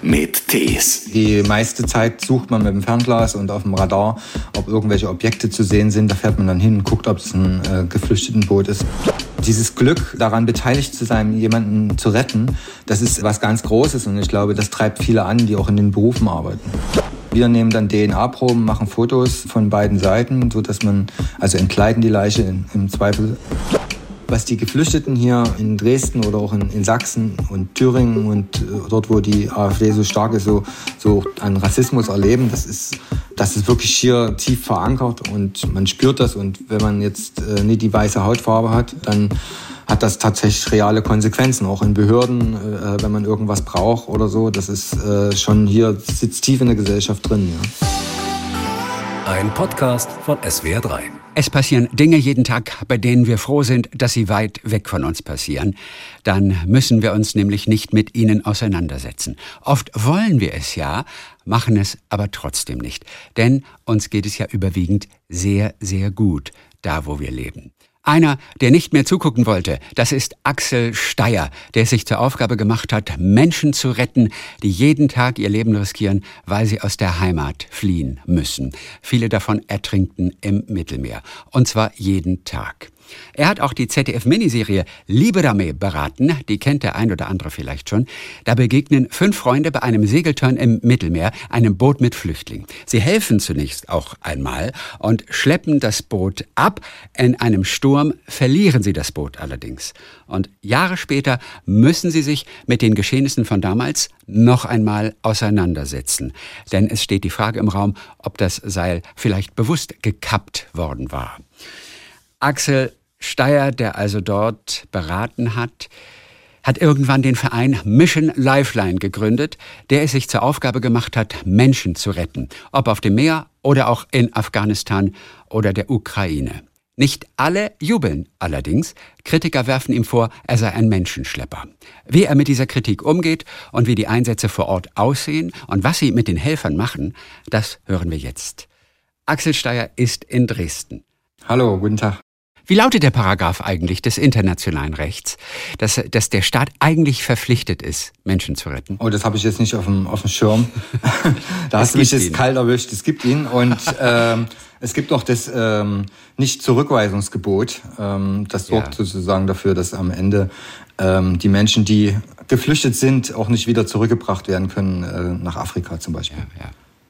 mit Tees. Die meiste Zeit sucht man mit dem Fernglas und auf dem Radar, ob irgendwelche Objekte zu sehen sind. Da fährt man dann hin und guckt, ob es ein Geflüchtetenboot ist. Dieses Glück, daran beteiligt zu sein, jemanden zu retten, das ist was ganz Großes und ich glaube, das treibt viele an, die auch in den Berufen arbeiten. Wir nehmen dann DNA-Proben, machen Fotos von beiden Seiten, so dass man, also entkleiden die Leiche im Zweifel. Was die Geflüchteten hier in Dresden oder auch in Sachsen und Thüringen und dort, wo die AfD so stark ist, so an Rassismus erleben, das ist wirklich hier tief verankert und man spürt das. Und wenn man jetzt nicht die weiße Hautfarbe hat, dann hat das tatsächlich reale Konsequenzen, auch in Behörden, wenn man irgendwas braucht oder so. Das ist schon hier, sitzt tief in der Gesellschaft drin. Ja. Ein Podcast von SWR3. Es passieren Dinge jeden Tag, bei denen wir froh sind, dass sie weit weg von uns passieren. Dann müssen wir uns nämlich nicht mit ihnen auseinandersetzen. Oft wollen wir es ja, machen es aber trotzdem nicht. Denn uns geht es ja überwiegend sehr, sehr gut, da wo wir leben. Einer, der nicht mehr zugucken wollte, das ist Axel Steier, der es sich zur Aufgabe gemacht hat, Menschen zu retten, die jeden Tag ihr Leben riskieren, weil sie aus der Heimat fliehen müssen. Viele davon ertrinkten im Mittelmeer. Und zwar jeden Tag. Er hat auch die ZDF-Miniserie Liberame beraten, die kennt der ein oder andere vielleicht schon. Da begegnen 5 Freunde bei einem Segeltörn im Mittelmeer, einem Boot mit Flüchtlingen. Sie helfen zunächst auch einmal und schleppen das Boot ab. In einem Sturm verlieren sie das Boot allerdings. Und Jahre später müssen sie sich mit den Geschehnissen von damals noch einmal auseinandersetzen. Denn es steht die Frage im Raum, ob das Seil vielleicht bewusst gekappt worden war. Axel Steier, der also dort beraten hat irgendwann den Verein Mission Lifeline gegründet, der es sich zur Aufgabe gemacht hat, Menschen zu retten. Ob auf dem Meer oder auch in Afghanistan oder der Ukraine. Nicht alle jubeln allerdings. Kritiker werfen ihm vor, er sei ein Menschenschlepper. Wie er mit dieser Kritik umgeht und wie die Einsätze vor Ort aussehen und was sie mit den Helfern machen, das hören wir jetzt. Axel Steier ist in Dresden. Hallo, guten Tag. Wie lautet der Paragraph eigentlich des internationalen Rechts, dass der Staat eigentlich verpflichtet ist, Menschen zu retten? Oh, das habe ich jetzt nicht auf dem Schirm. Da hast du mich jetzt kalt erwischt. Es gibt ihn und es gibt auch das Nicht-Zurückweisungsgebot. Das sorgt sozusagen dafür, dass am Ende die Menschen, die geflüchtet sind, auch nicht wieder zurückgebracht werden können, nach Afrika zum Beispiel. Ja.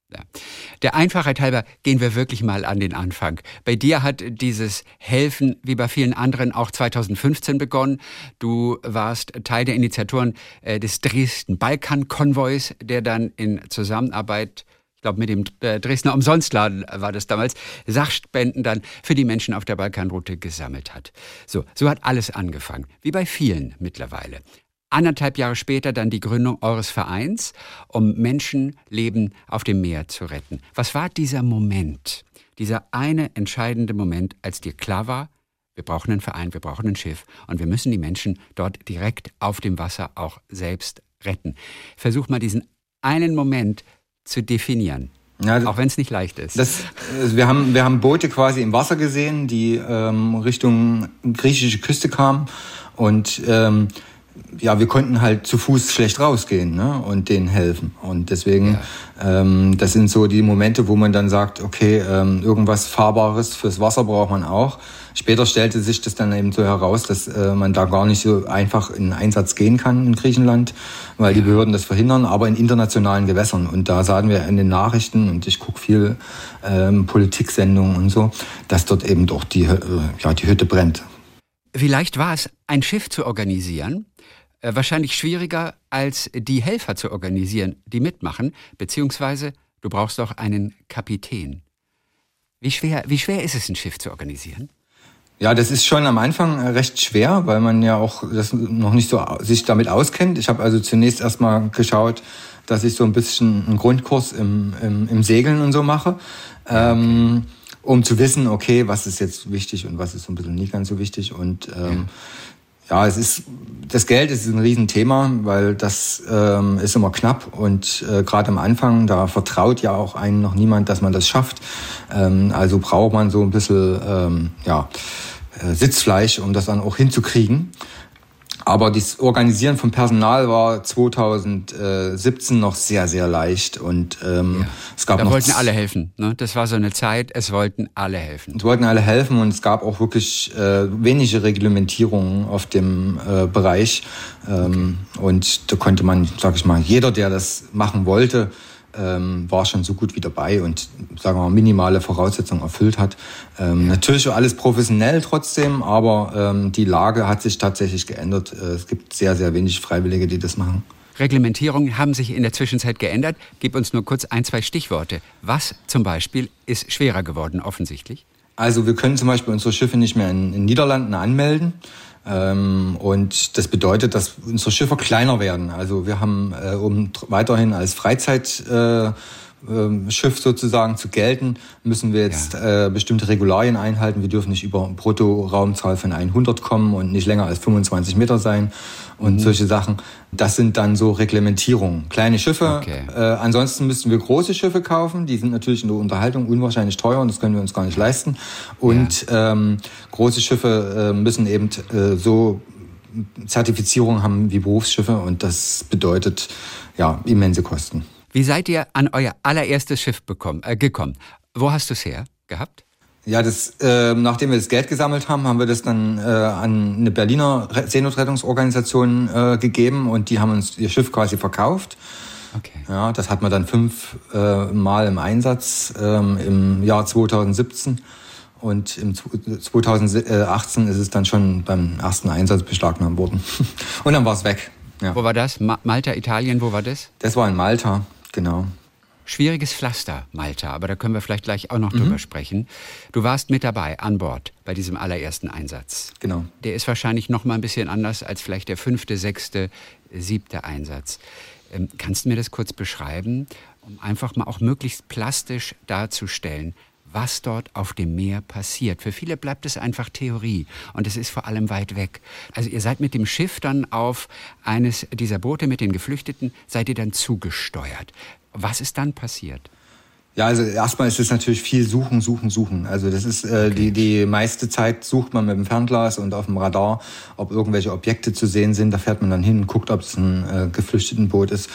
Der Einfachheit halber gehen wir wirklich mal an den Anfang. Bei dir hat dieses Helfen wie bei vielen anderen auch 2015 begonnen. Du warst Teil der Initiatoren des Dresden-Balkan-Konvois, der dann in Zusammenarbeit, ich glaube mit dem Dresdner Umsonstladen war das damals, Sachspenden dann für die Menschen auf der Balkanroute gesammelt hat. So hat alles angefangen, wie bei vielen mittlerweile. 1,5 Jahre später dann die Gründung eures Vereins, um Menschenleben auf dem Meer zu retten. Was war dieser Moment, dieser eine entscheidende Moment, als dir klar war, wir brauchen einen Verein, wir brauchen ein Schiff und wir müssen die Menschen dort direkt auf dem Wasser auch selbst retten? Versuch mal diesen einen Moment zu definieren, auch wenn es nicht leicht ist. Wir haben Boote quasi im Wasser gesehen, die Richtung griechische Küste kamen und wir konnten halt zu Fuß schlecht rausgehen, ne, und denen helfen. Und deswegen, das sind so die Momente, wo man dann sagt, okay, irgendwas Fahrbares fürs Wasser braucht man auch. Später stellte sich das dann eben so heraus, dass man da gar nicht so einfach in Einsatz gehen kann in Griechenland, weil die Behörden das verhindern, aber in internationalen Gewässern. Und da sahen wir in den Nachrichten, und ich gucke viel Politiksendungen und so, dass dort eben doch die Hütte brennt. Wie leicht war es, ein Schiff zu organisieren? Wahrscheinlich schwieriger, als die Helfer zu organisieren, die mitmachen, beziehungsweise du brauchst doch einen Kapitän. Wie schwer ist es, ein Schiff zu organisieren? Ja, das ist schon am Anfang recht schwer, weil man ja auch das noch nicht so sich damit auskennt. Ich habe also zunächst erstmal geschaut, dass ich so ein bisschen einen Grundkurs im Segeln und so mache, um zu wissen, okay, was ist jetzt wichtig und was ist so ein bisschen nicht ganz so wichtig. Und das Geld ist ein Riesenthema, weil das ist immer knapp und gerade am Anfang, da vertraut ja auch einen noch niemand, dass man das schafft. Also braucht man so ein bisschen Sitzfleisch, um das dann auch hinzukriegen. Aber das Organisieren von Personal war 2017 noch sehr, sehr leicht. Und es gab da noch... wollten alle helfen. Ne? Das war so eine Zeit, es wollten alle helfen. Es wollten alle helfen und es gab auch wirklich wenige Reglementierungen auf dem Bereich. Und da konnte man, sag ich mal, jeder, der das machen wollte, war schon so gut wie dabei und, sagen wir mal, minimale Voraussetzungen erfüllt hat. Natürlich war alles professionell trotzdem, aber die Lage hat sich tatsächlich geändert. Es gibt sehr, sehr wenig Freiwillige, die das machen. Reglementierungen haben sich in der Zwischenzeit geändert. Gib uns nur kurz 1, 2 Stichworte. Was zum Beispiel ist schwerer geworden, offensichtlich? Also wir können zum Beispiel unsere Schiffe nicht mehr in den Niederlanden anmelden. Und das bedeutet, dass unsere Schiffe kleiner werden. Also wir haben, um weiterhin als Freizeit Schiff sozusagen zu gelten, müssen wir jetzt bestimmte Regularien einhalten. Wir dürfen nicht über Bruttoraumzahl von 100 kommen und nicht länger als 25 Meter sein und solche Sachen. Das sind dann so Reglementierungen. Kleine Schiffe. Okay. Ansonsten müssten wir große Schiffe kaufen. Die sind natürlich in der Unterhaltung unwahrscheinlich teuer und das können wir uns gar nicht leisten. Und große Schiffe müssen eben so Zertifizierung haben wie Berufsschiffe und das bedeutet immense Kosten. Wie seid ihr an euer allererstes Schiff gekommen? Wo hast du es her gehabt? Ja, nachdem wir das Geld gesammelt haben, haben wir das dann an eine Berliner Seenotrettungsorganisation gegeben und die haben uns ihr Schiff quasi verkauft. Okay. Ja, das hat man dann 5 Mal im Einsatz im Jahr 2017 und im 2018 ist es dann schon beim ersten Einsatz beschlagnahmt worden. Und dann war es weg. Ja. Wo war das? Malta, Italien, wo war das? Das war in Malta. Genau. Schwieriges Pflaster, Malta, aber da können wir vielleicht gleich auch noch drüber sprechen. Du warst mit dabei, an Bord, bei diesem allerersten Einsatz. Genau. Der ist wahrscheinlich noch mal ein bisschen anders als vielleicht der 5., 6., 7. Einsatz. Kannst du mir das kurz beschreiben, um einfach mal auch möglichst plastisch darzustellen, was dort auf dem Meer passiert? Für viele bleibt es einfach Theorie und es ist vor allem weit weg. Also ihr seid mit dem Schiff dann auf eines dieser Boote mit den Geflüchteten, seid ihr dann zugesteuert. Was ist dann passiert? Ja, also erstmal ist es natürlich viel suchen. Also das ist die meiste Zeit sucht man mit dem Fernglas und auf dem Radar, ob irgendwelche Objekte zu sehen sind. Da fährt man dann hin und guckt, ob es ein Geflüchtetenboot ist.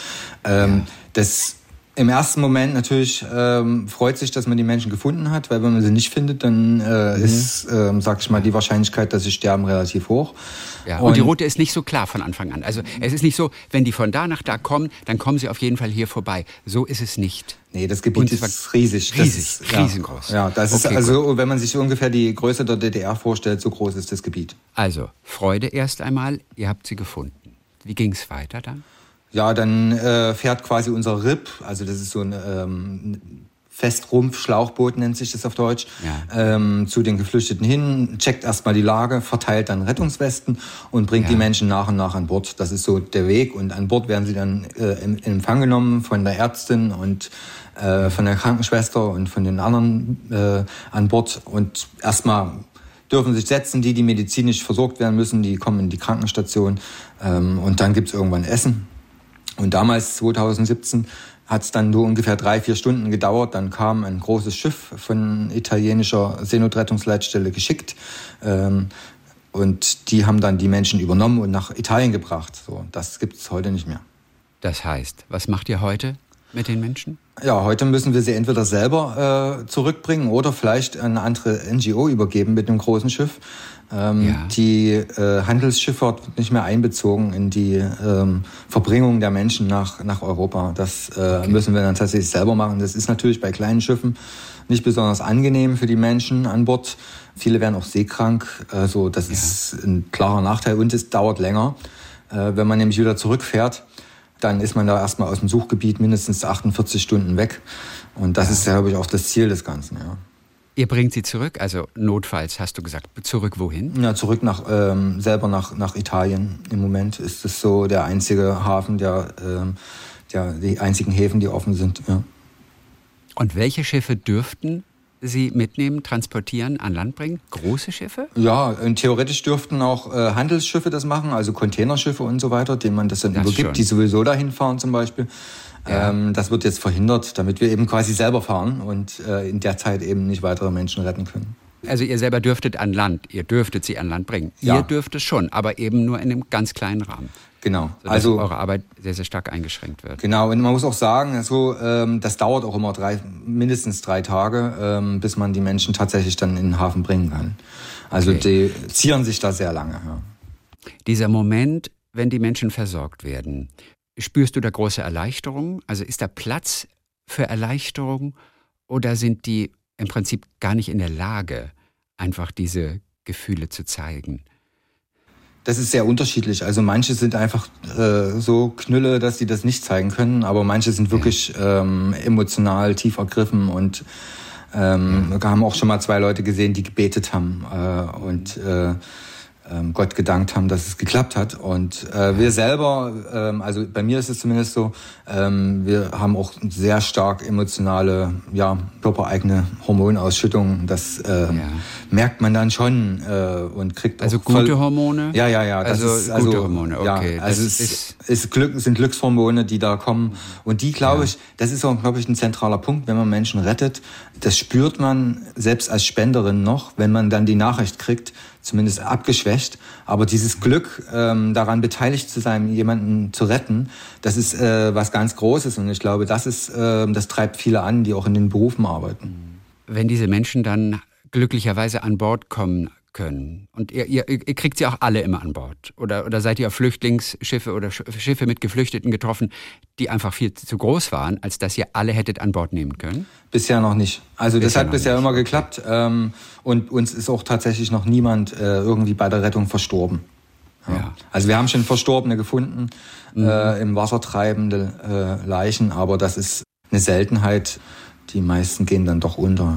Das im ersten Moment natürlich freut sich, dass man die Menschen gefunden hat, weil wenn man sie nicht findet, dann ist, sag ich mal, die Wahrscheinlichkeit, dass sie sterben, relativ hoch. Ja, und die Route ist nicht so klar von Anfang an. Also es ist nicht so, wenn die von da nach da kommen, dann kommen sie auf jeden Fall hier vorbei. So ist es nicht. Nee, das Gebiet ist riesig. Riesengroß. Ja, das ist also, wenn man sich ungefähr die Größe der DDR vorstellt, so groß ist das Gebiet. Also, Freude erst einmal, ihr habt sie gefunden. Wie ging's weiter dann? Ja, dann fährt quasi unser RIP, also das ist so ein Festrumpf-Schlauchboot, nennt sich das auf Deutsch, zu den Geflüchteten hin, checkt erstmal die Lage, verteilt dann Rettungswesten und bringt die Menschen nach und nach an Bord. Das ist so der Weg und an Bord werden sie dann in Empfang genommen von der Ärztin und von der Krankenschwester und von den anderen an Bord und erstmal dürfen sich setzen, die medizinisch versorgt werden müssen, die kommen in die Krankenstation und dann gibt's irgendwann Essen. Und damals, 2017, hat es dann nur ungefähr 3-4 Stunden gedauert. Dann kam ein großes Schiff von italienischer Seenotrettungsleitstelle geschickt. Und die haben dann die Menschen übernommen und nach Italien gebracht. So, das gibt es heute nicht mehr. Das heißt, was macht ihr heute mit den Menschen? Ja, heute müssen wir sie entweder selber zurückbringen oder vielleicht eine andere NGO übergeben mit einem großen Schiff. Die Handelsschifffahrt wird nicht mehr einbezogen in die Verbringung der Menschen nach Europa. Das müssen wir dann tatsächlich selber machen. Das ist natürlich bei kleinen Schiffen nicht besonders angenehm für die Menschen an Bord. Viele werden auch seekrank. Also das ist ein klarer Nachteil und es dauert länger. Wenn man nämlich wieder zurückfährt, dann ist man da erstmal aus dem Suchgebiet mindestens 48 Stunden weg. Und das ist, glaube ich, auch das Ziel des Ganzen, ja. Ihr bringt sie zurück, also notfalls hast du gesagt, zurück wohin? Ja, zurück selber nach Italien. Im Moment ist es so der einzige Hafen, die einzigen Häfen, die offen sind. Ja. Und welche Schiffe dürften Sie mitnehmen, transportieren, an Land bringen? Große Schiffe? Ja, theoretisch dürften auch Handelsschiffe das machen, also Containerschiffe und so weiter, denen man das dann übergibt, schon. Die sowieso dahin fahren zum Beispiel. Ja. Das wird jetzt verhindert, damit wir eben quasi selber fahren und in der Zeit eben nicht weitere Menschen retten können. Also ihr selber dürftet sie an Land bringen. Ja. Ihr dürft es schon, aber eben nur in einem ganz kleinen Rahmen. Genau. Sodass Also eure Arbeit sehr, sehr stark eingeschränkt wird. Genau, und man muss auch sagen, das dauert auch immer mindestens 3 Tage, bis man die Menschen tatsächlich dann in den Hafen bringen kann. Also die zieren sich da sehr lange. Ja. Dieser Moment, wenn die Menschen versorgt werden, spürst du da große Erleichterung? Also ist da Platz für Erleichterung oder sind die im Prinzip gar nicht in der Lage, einfach diese Gefühle zu zeigen? Das ist sehr unterschiedlich. Also manche sind einfach so Knülle, dass sie das nicht zeigen können, aber manche sind wirklich emotional tief ergriffen und wir haben auch schon mal 2 Leute gesehen, die gebetet haben und Gott gedankt haben, dass es geklappt hat. Und wir selber, also bei mir ist es zumindest so, wir haben auch sehr stark emotionale, körpereigene Hormonausschüttungen. Das merkt man dann schon und kriegt also auch gute Hormone? Ja. Das ist gute Hormone, okay. Ja, also es sind Glückshormone, die da kommen. Und die, glaube ich, das ist auch, glaube ich, ein zentraler Punkt, wenn man Menschen rettet. Das spürt man selbst als Spenderin noch, wenn man dann die Nachricht kriegt, zumindest abgeschwächt. Aber dieses Glück, daran beteiligt zu sein, jemanden zu retten, das ist was ganz Großes. Und ich glaube, das treibt viele an, die auch in den Berufen arbeiten. Wenn diese Menschen dann glücklicherweise an Bord kommen können, und ihr kriegt sie auch alle immer an Bord, oder seid ihr auf Flüchtlingsschiffe oder Schiffe mit Geflüchteten getroffen, die einfach viel zu groß waren, als dass ihr alle hättet an Bord nehmen können? Bisher noch nicht. Also das hat bisher immer geklappt. Und uns ist auch tatsächlich noch niemand irgendwie bei der Rettung verstorben. Ja. Also wir haben schon Verstorbene gefunden, im Wasser treibende Leichen, aber das ist eine Seltenheit. Die meisten gehen dann doch unter.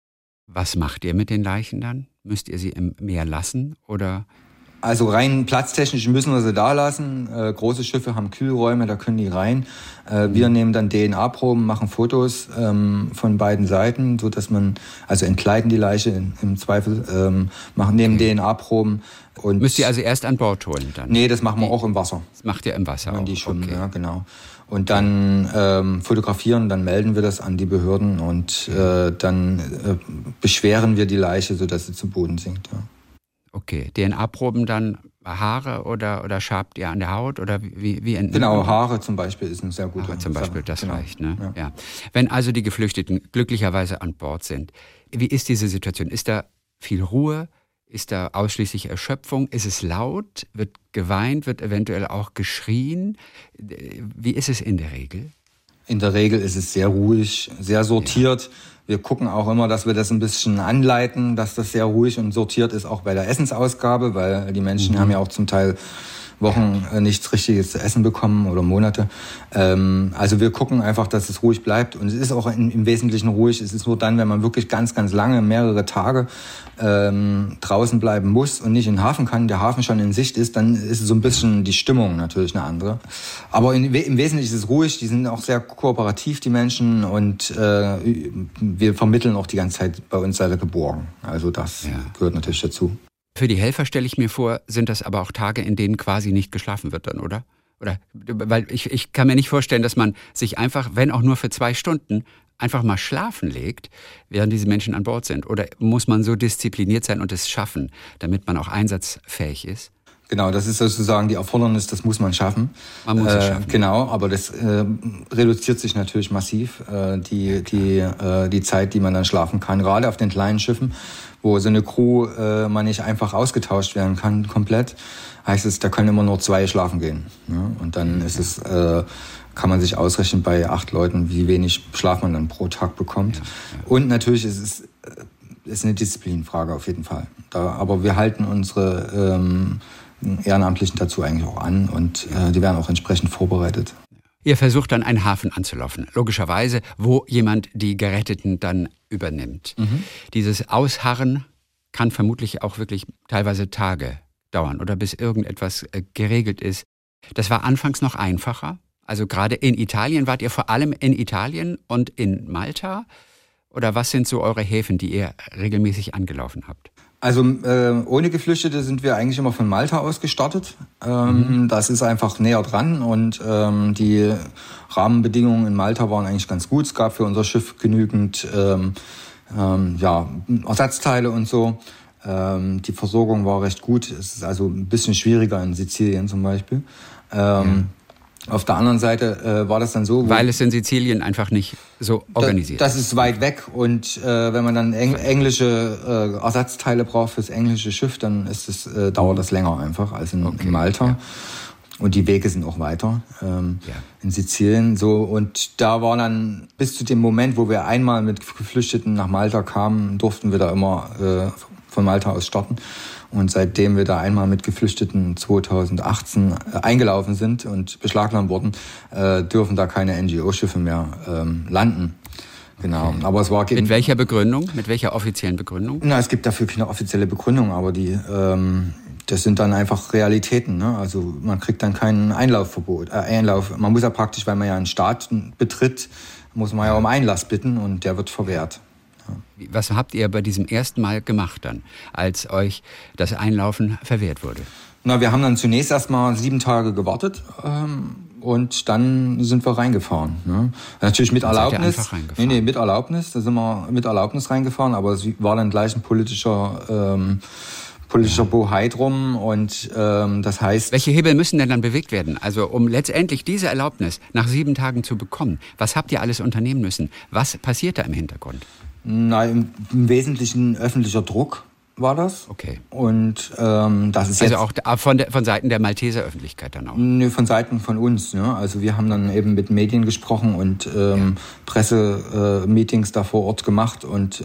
Was macht ihr mit den Leichen dann? Müsst ihr sie im Meer lassen oder? Also rein platztechnisch müssen wir sie da lassen. Große Schiffe haben Kühlräume, da können die rein. Wir nehmen dann DNA-Proben, machen Fotos von beiden Seiten, so dass man, also entkleiden die Leiche im Zweifel, nehmen DNA-Proben. Und müsst ihr also erst an Bord holen dann? Nee, das machen wir auch im Wasser. Das macht ihr im Wasser auch? Wenn die schwimmen, ja, genau. Und dann fotografieren, dann melden wir das an die Behörden und dann beschweren wir die Leiche, sodass sie zu Boden sinkt. Ja. Okay, DNA-Proben dann Haare oder schabt ihr an der Haut oder wie Genau, Haare zum Beispiel ist ein sehr guter Haare zum Beispiel, das genau. reicht, ne? Ja. Wenn also die Geflüchteten glücklicherweise an Bord sind, wie ist diese Situation? Ist da viel Ruhe? Ist da ausschließlich Erschöpfung? Ist es laut? Wird geweint? Wird eventuell auch geschrien? Wie ist es in der Regel? In der Regel ist es sehr ruhig, sehr sortiert. Ja. Wir gucken auch immer, dass wir das ein bisschen anleiten, dass das sehr ruhig und sortiert ist, auch bei der Essensausgabe, weil die Menschen haben ja auch zum Teil Wochen nichts Richtiges zu essen bekommen oder Monate. Also wir gucken einfach, dass es ruhig bleibt. Und es ist auch im Wesentlichen ruhig. Es ist nur dann, wenn man wirklich ganz, ganz lange, mehrere Tage draußen bleiben muss und nicht in den Hafen kann, der Hafen schon in Sicht ist, dann ist so ein bisschen die Stimmung natürlich eine andere. Aber im Wesentlichen ist es ruhig. Die sind auch sehr kooperativ, die Menschen. Und wir vermitteln auch die ganze Zeit, bei uns seid ihr geborgen. Also das gehört natürlich dazu. Für die Helfer stelle ich mir vor, sind das aber auch Tage, in denen quasi nicht geschlafen wird dann, oder? Weil ich kann mir nicht vorstellen, dass man sich einfach, wenn auch nur für 2 Stunden, einfach mal schlafen legt, während diese Menschen an Bord sind. Oder muss man so diszipliniert sein und es schaffen, damit man auch einsatzfähig ist? Genau, das ist sozusagen die Erfordernis, das muss man schaffen. Man muss es schaffen. Genau, aber das reduziert sich natürlich massiv, die Zeit, die man dann schlafen kann. Gerade auf den kleinen Schiffen, wo so eine Crew man nicht einfach ausgetauscht werden kann komplett, heißt es, da können immer nur 2 schlafen gehen. Ja? Und dann ist es, kann man sich ausrechnen bei 8 Leuten, wie wenig Schlaf man dann pro Tag bekommt. Ja. Und natürlich ist es eine Disziplinfrage auf jeden Fall. Aber wir halten unsere Ehrenamtlichen dazu eigentlich auch an und die werden auch entsprechend vorbereitet. Ihr versucht dann einen Hafen anzulaufen, logischerweise, wo jemand die Geretteten dann übernimmt. Dieses Ausharren kann vermutlich auch wirklich teilweise Tage dauern oder bis irgendetwas geregelt ist. Das war anfangs noch einfacher. Also gerade in Italien, wart ihr vor allem in Italien und in Malta? Oder was sind so eure Häfen, die ihr regelmäßig angelaufen habt? Also ohne Geflüchtete sind wir eigentlich immer von Malta aus gestartet. Das ist einfach näher dran und die Rahmenbedingungen in Malta waren eigentlich ganz gut. Es gab für unser Schiff genügend Ersatzteile und so. Die Versorgung war recht gut. Es ist also ein bisschen schwieriger in Sizilien zum Beispiel. Auf der anderen Seite war das dann so... Weil es in Sizilien einfach nicht so organisiert ist. Das ist weit weg und wenn man dann englische Ersatzteile braucht fürs englische Schiff, dann dauert das länger einfach als in Malta. Ja. Und die Wege sind auch weiter in Sizilien. So, und da war dann bis zu dem Moment, wo wir einmal mit Geflüchteten nach Malta kamen, durften wir da immer von Malta aus starten. Und seitdem wir da einmal mit Geflüchteten 2018 eingelaufen sind und beschlagnahmt wurden, dürfen da keine NGO-Schiffe mehr landen. Genau. Okay. Aber es war mit welcher Begründung? Mit welcher offiziellen Begründung? Na, es gibt dafür keine offizielle Begründung, aber das sind dann einfach Realitäten. Ne? Also man kriegt dann kein Einlaufverbot. Man muss ja praktisch, weil man ja einen Staat betritt, muss man ja um Einlass bitten und der wird verwehrt. Ja. Was habt ihr bei diesem ersten Mal gemacht dann, als euch das Einlaufen verwehrt wurde? Na, wir haben dann zunächst erstmal 7 Tage gewartet und dann sind wir reingefahren. Ne? Natürlich mit Erlaubnis. Seid ihr einfach reingefahren? Nee, mit Erlaubnis. Da sind wir mit Erlaubnis reingefahren, aber es war dann gleich ein politischer Bohai drum und das heißt... Welche Hebel müssen denn dann bewegt werden? Also um letztendlich diese Erlaubnis nach 7 Tagen zu bekommen, was habt ihr alles unternehmen müssen? Was passiert da im Hintergrund? Na, im Wesentlichen öffentlicher Druck war das. Okay. Und das ist also jetzt... auch von Seiten der Malteser Öffentlichkeit dann auch? Nee, von Seiten von uns. Ne? Also wir haben dann eben mit Medien gesprochen und Pressemeetings da vor Ort gemacht und...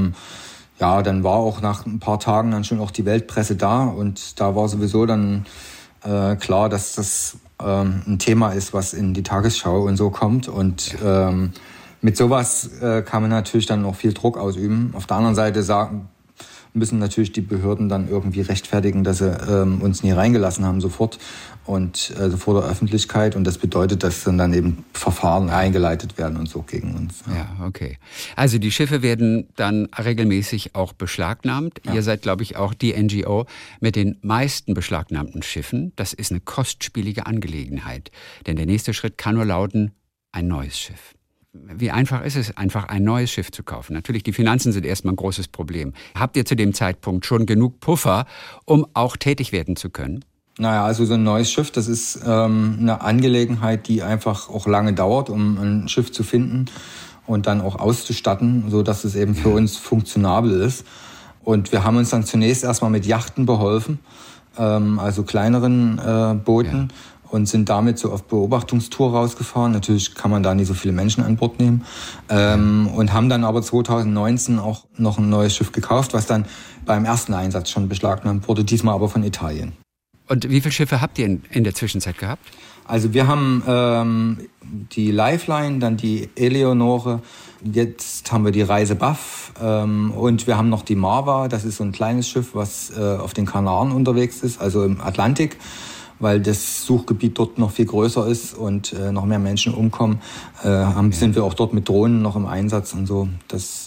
dann war auch nach ein paar Tagen dann schon auch die Weltpresse da und da war sowieso dann klar, dass das ein Thema ist, was in die Tagesschau und so kommt und mit sowas kann man natürlich dann noch viel Druck ausüben. Auf der anderen Seite müssen natürlich die Behörden dann irgendwie rechtfertigen, dass sie uns nie reingelassen haben sofort und vor der Öffentlichkeit. Und das bedeutet, dass dann eben Verfahren eingeleitet werden und so gegen uns. Ja, okay. Also die Schiffe werden dann regelmäßig auch beschlagnahmt. Ja. Ihr seid, glaube ich, auch die NGO mit den meisten beschlagnahmten Schiffen. Das ist eine kostspielige Angelegenheit. Denn der nächste Schritt kann nur lauten, ein neues Schiff. Wie einfach ist es, einfach ein neues Schiff zu kaufen? Natürlich, die Finanzen sind erstmal ein großes Problem. Habt ihr zu dem Zeitpunkt schon genug Puffer, um auch tätig werden zu können? Naja, also so ein neues Schiff, das ist eine Angelegenheit, die einfach auch lange dauert, um ein Schiff zu finden und dann auch auszustatten, so dass es eben für uns funktionabel ist. Und wir haben uns dann zunächst erstmal mit Yachten beholfen, also kleineren Booten. Ja. Und sind damit so auf Beobachtungstour rausgefahren. Natürlich kann man da nicht so viele Menschen an Bord nehmen. Und haben dann aber 2019 auch noch ein neues Schiff gekauft, was dann beim ersten Einsatz schon beschlagnahmt wurde, diesmal aber von Italien. Und wie viele Schiffe habt ihr in der Zwischenzeit gehabt? Also wir haben die Lifeline, dann die Eleonore, jetzt haben wir die Reise Buff und wir haben noch die Marva. Das ist so ein kleines Schiff, was auf den Kanaren unterwegs ist, also im Atlantik, weil das Suchgebiet dort noch viel größer ist und noch mehr Menschen umkommen, sind wir auch dort mit Drohnen noch im Einsatz und so. Das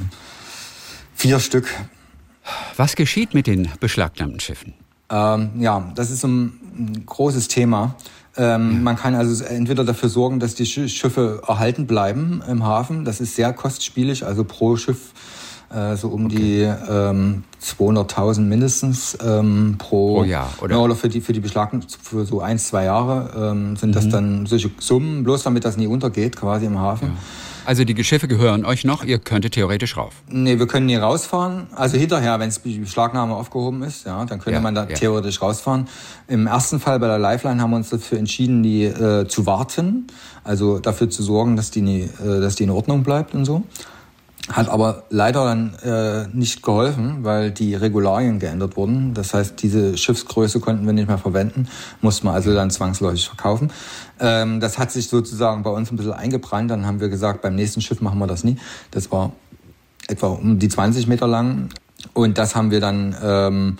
4 Stück. Was geschieht mit den beschlagnahmten Schiffen? Das ist ein großes Thema. Man kann also entweder dafür sorgen, dass die Schiffe erhalten bleiben im Hafen. Das ist sehr kostspielig, also pro Schiff die 200.000 mindestens pro Jahr, oder? Ja, oder für die Beschlagnahmung für so 1-2 Jahre sind das dann solche Summen, bloß damit das nie untergeht quasi im Hafen. Ja. Also die Schiffe gehören euch noch, ihr könntet theoretisch rauf? Nee, wir können nie rausfahren. Also hinterher, wenn die Beschlagnahme aufgehoben ist, ja, dann könnte man da theoretisch rausfahren. Im ersten Fall bei der Lifeline haben wir uns dafür entschieden, die zu warten, also dafür zu sorgen, dass die in Ordnung bleibt und so. Hat aber leider dann nicht geholfen, weil die Regularien geändert wurden. Das heißt, diese Schiffsgröße konnten wir nicht mehr verwenden, mussten wir also dann zwangsläufig verkaufen. Das hat sich sozusagen bei uns ein bisschen eingebrannt. Dann haben wir gesagt, beim nächsten Schiff machen wir das nie. Das war etwa um die 20 Meter lang. Und das haben wir dann haben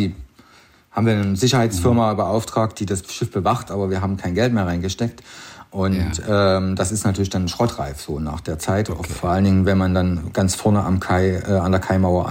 wir eine Sicherheitsfirma beauftragt, die das Schiff bewacht, aber wir haben kein Geld mehr reingesteckt. Und das ist natürlich dann schrottreif so nach der Zeit. Okay. Auch vor allen Dingen, wenn man dann ganz vorne am Kai, an der Kaimauer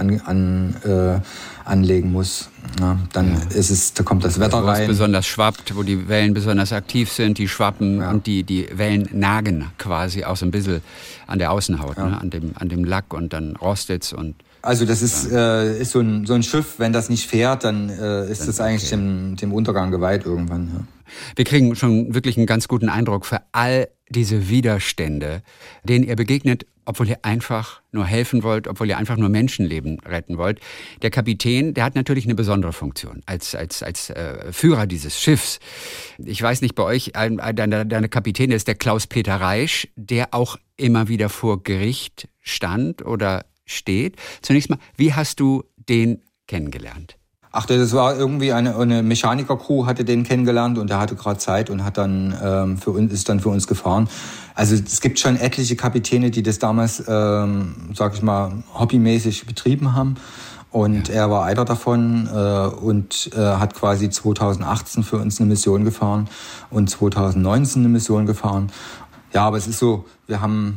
anlegen muss. Ja, dann da kommt das Wetter rein. Wo es besonders schwappt, wo die Wellen besonders aktiv sind, die schwappen und die Wellen nagen quasi auch so ein bisschen an der Außenhaut, ne? an dem Lack und dann rostet's und also das ist so ein Schiff, wenn das nicht fährt, dann ist das eigentlich dem Untergang geweiht irgendwann. Ja. Wir kriegen schon wirklich einen ganz guten Eindruck für all diese Widerstände, denen ihr begegnet, obwohl ihr einfach nur helfen wollt, obwohl ihr einfach nur Menschenleben retten wollt. Der Kapitän, der hat natürlich eine besondere Funktion als Führer dieses Schiffs. Ich weiß nicht, bei euch, deine Kapitän ist der Klaus-Peter Reisch, der auch immer wieder vor Gericht stand oder steht. Zunächst mal, wie hast du den kennengelernt? Ach, das war irgendwie eine Mechaniker-Crew, hatte den kennengelernt und der hatte gerade Zeit und hat dann ist dann für uns gefahren. Also es gibt schon etliche Kapitäne, die das damals, sag ich mal, hobbymäßig betrieben haben. Und er war einer davon und hat quasi 2018 für uns eine Mission gefahren und 2019 eine Mission gefahren. Ja, aber es ist so, wir haben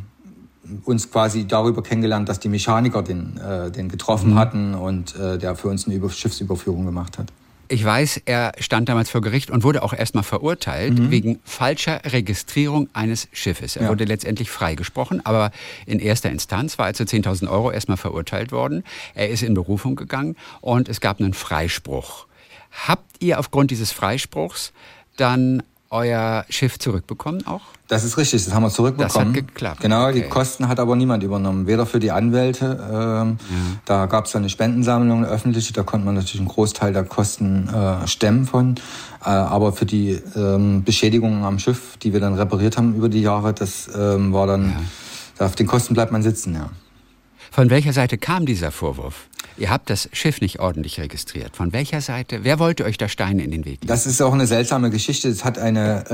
uns quasi darüber kennengelernt, dass die Mechaniker den getroffen hatten und der für uns eine Schiffsüberführung gemacht hat. Ich weiß, er stand damals vor Gericht und wurde auch erstmal verurteilt wegen falscher Registrierung eines Schiffes. Er wurde letztendlich freigesprochen, aber in erster Instanz war er zu 10.000 Euro erstmal verurteilt worden. Er ist in Berufung gegangen und es gab einen Freispruch. Habt ihr aufgrund dieses Freispruchs dann euer Schiff zurückbekommen auch? Das ist richtig, das haben wir zurückbekommen. Das hat geklappt. Genau, okay. Die Kosten hat aber niemand übernommen, weder für die Anwälte. Da gab es eine Spendensammlung, eine öffentliche, da konnte man natürlich einen Großteil der Kosten stemmen von. Aber für die Beschädigungen am Schiff, die wir dann repariert haben über die Jahre, das war dann, auf den Kosten bleibt man sitzen, ja. Von welcher Seite kam dieser Vorwurf? Ihr habt das Schiff nicht ordentlich registriert. Von welcher Seite? Wer wollte euch da Steine in den Weg legen? Das ist auch eine seltsame Geschichte. Es hat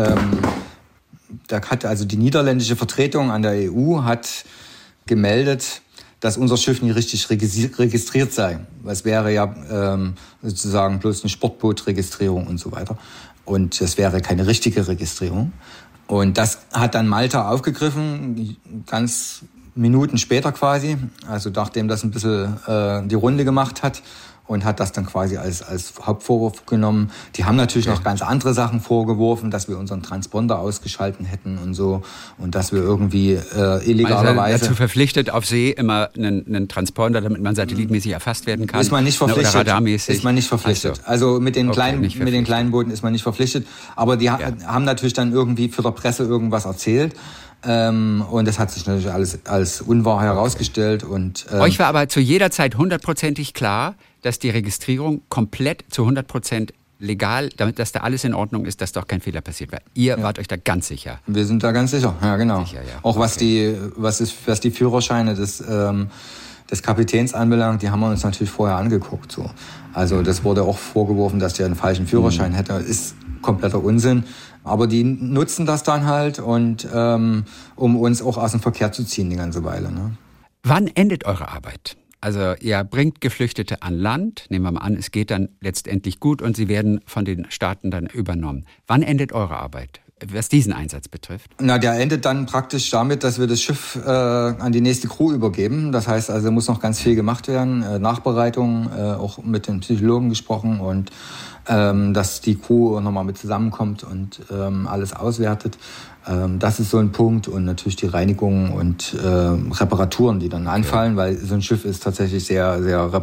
also die niederländische Vertretung an der EU hat gemeldet, dass unser Schiff nicht richtig registriert sei. Es wäre ja sozusagen bloß eine Sportbootregistrierung und so weiter. Und es wäre keine richtige Registrierung. Und das hat dann Malta aufgegriffen, ganz Minuten später quasi, also nachdem das ein bisschen die Runde gemacht hat und hat das dann quasi als Hauptvorwurf genommen. Die haben natürlich noch ganz andere Sachen vorgeworfen, dass wir unseren Transponder ausgeschalten hätten und so und dass wir irgendwie illegalerweise... Also dazu verpflichtet, auf See immer einen Transponder, damit man satellitmäßig erfasst werden kann. Ist man nicht verpflichtet. Oder radarmäßig. Ist man nicht verpflichtet. Also mit den kleinen Booten ist man nicht verpflichtet. Aber die haben natürlich dann irgendwie für der Presse irgendwas erzählt. Und das hat sich natürlich alles als unwahr herausgestellt. Und euch war aber zu jeder Zeit 100%ig klar, dass die Registrierung komplett zu 100% legal, damit dass da alles in Ordnung ist, dass doch kein Fehler passiert war. Ihr wart euch da ganz sicher. Wir sind da ganz sicher, ja genau. Sicher, ja. Auch was die Führerscheine des Kapitäns anbelangt, die haben wir uns natürlich vorher angeguckt. So. Also das wurde auch vorgeworfen, dass der einen falschen Führerschein hätte. Ist kompletter Unsinn. Aber die nutzen das dann halt und um uns auch aus dem Verkehr zu ziehen die ganze Weile. Ne? Wann endet eure Arbeit? Also ihr bringt Geflüchtete an Land, nehmen wir mal an, es geht dann letztendlich gut und sie werden von den Staaten dann übernommen. Wann endet eure Arbeit, was diesen Einsatz betrifft? Na, der endet dann praktisch damit, dass wir das Schiff an die nächste Crew übergeben. Das heißt also, muss noch ganz viel gemacht werden, Nachbereitung, auch mit den Psychologen gesprochen und dass die Crew nochmal mit zusammenkommt und alles auswertet. Das ist so ein Punkt und natürlich die Reinigung und Reparaturen, die dann anfallen, weil so ein Schiff ist tatsächlich sehr, sehr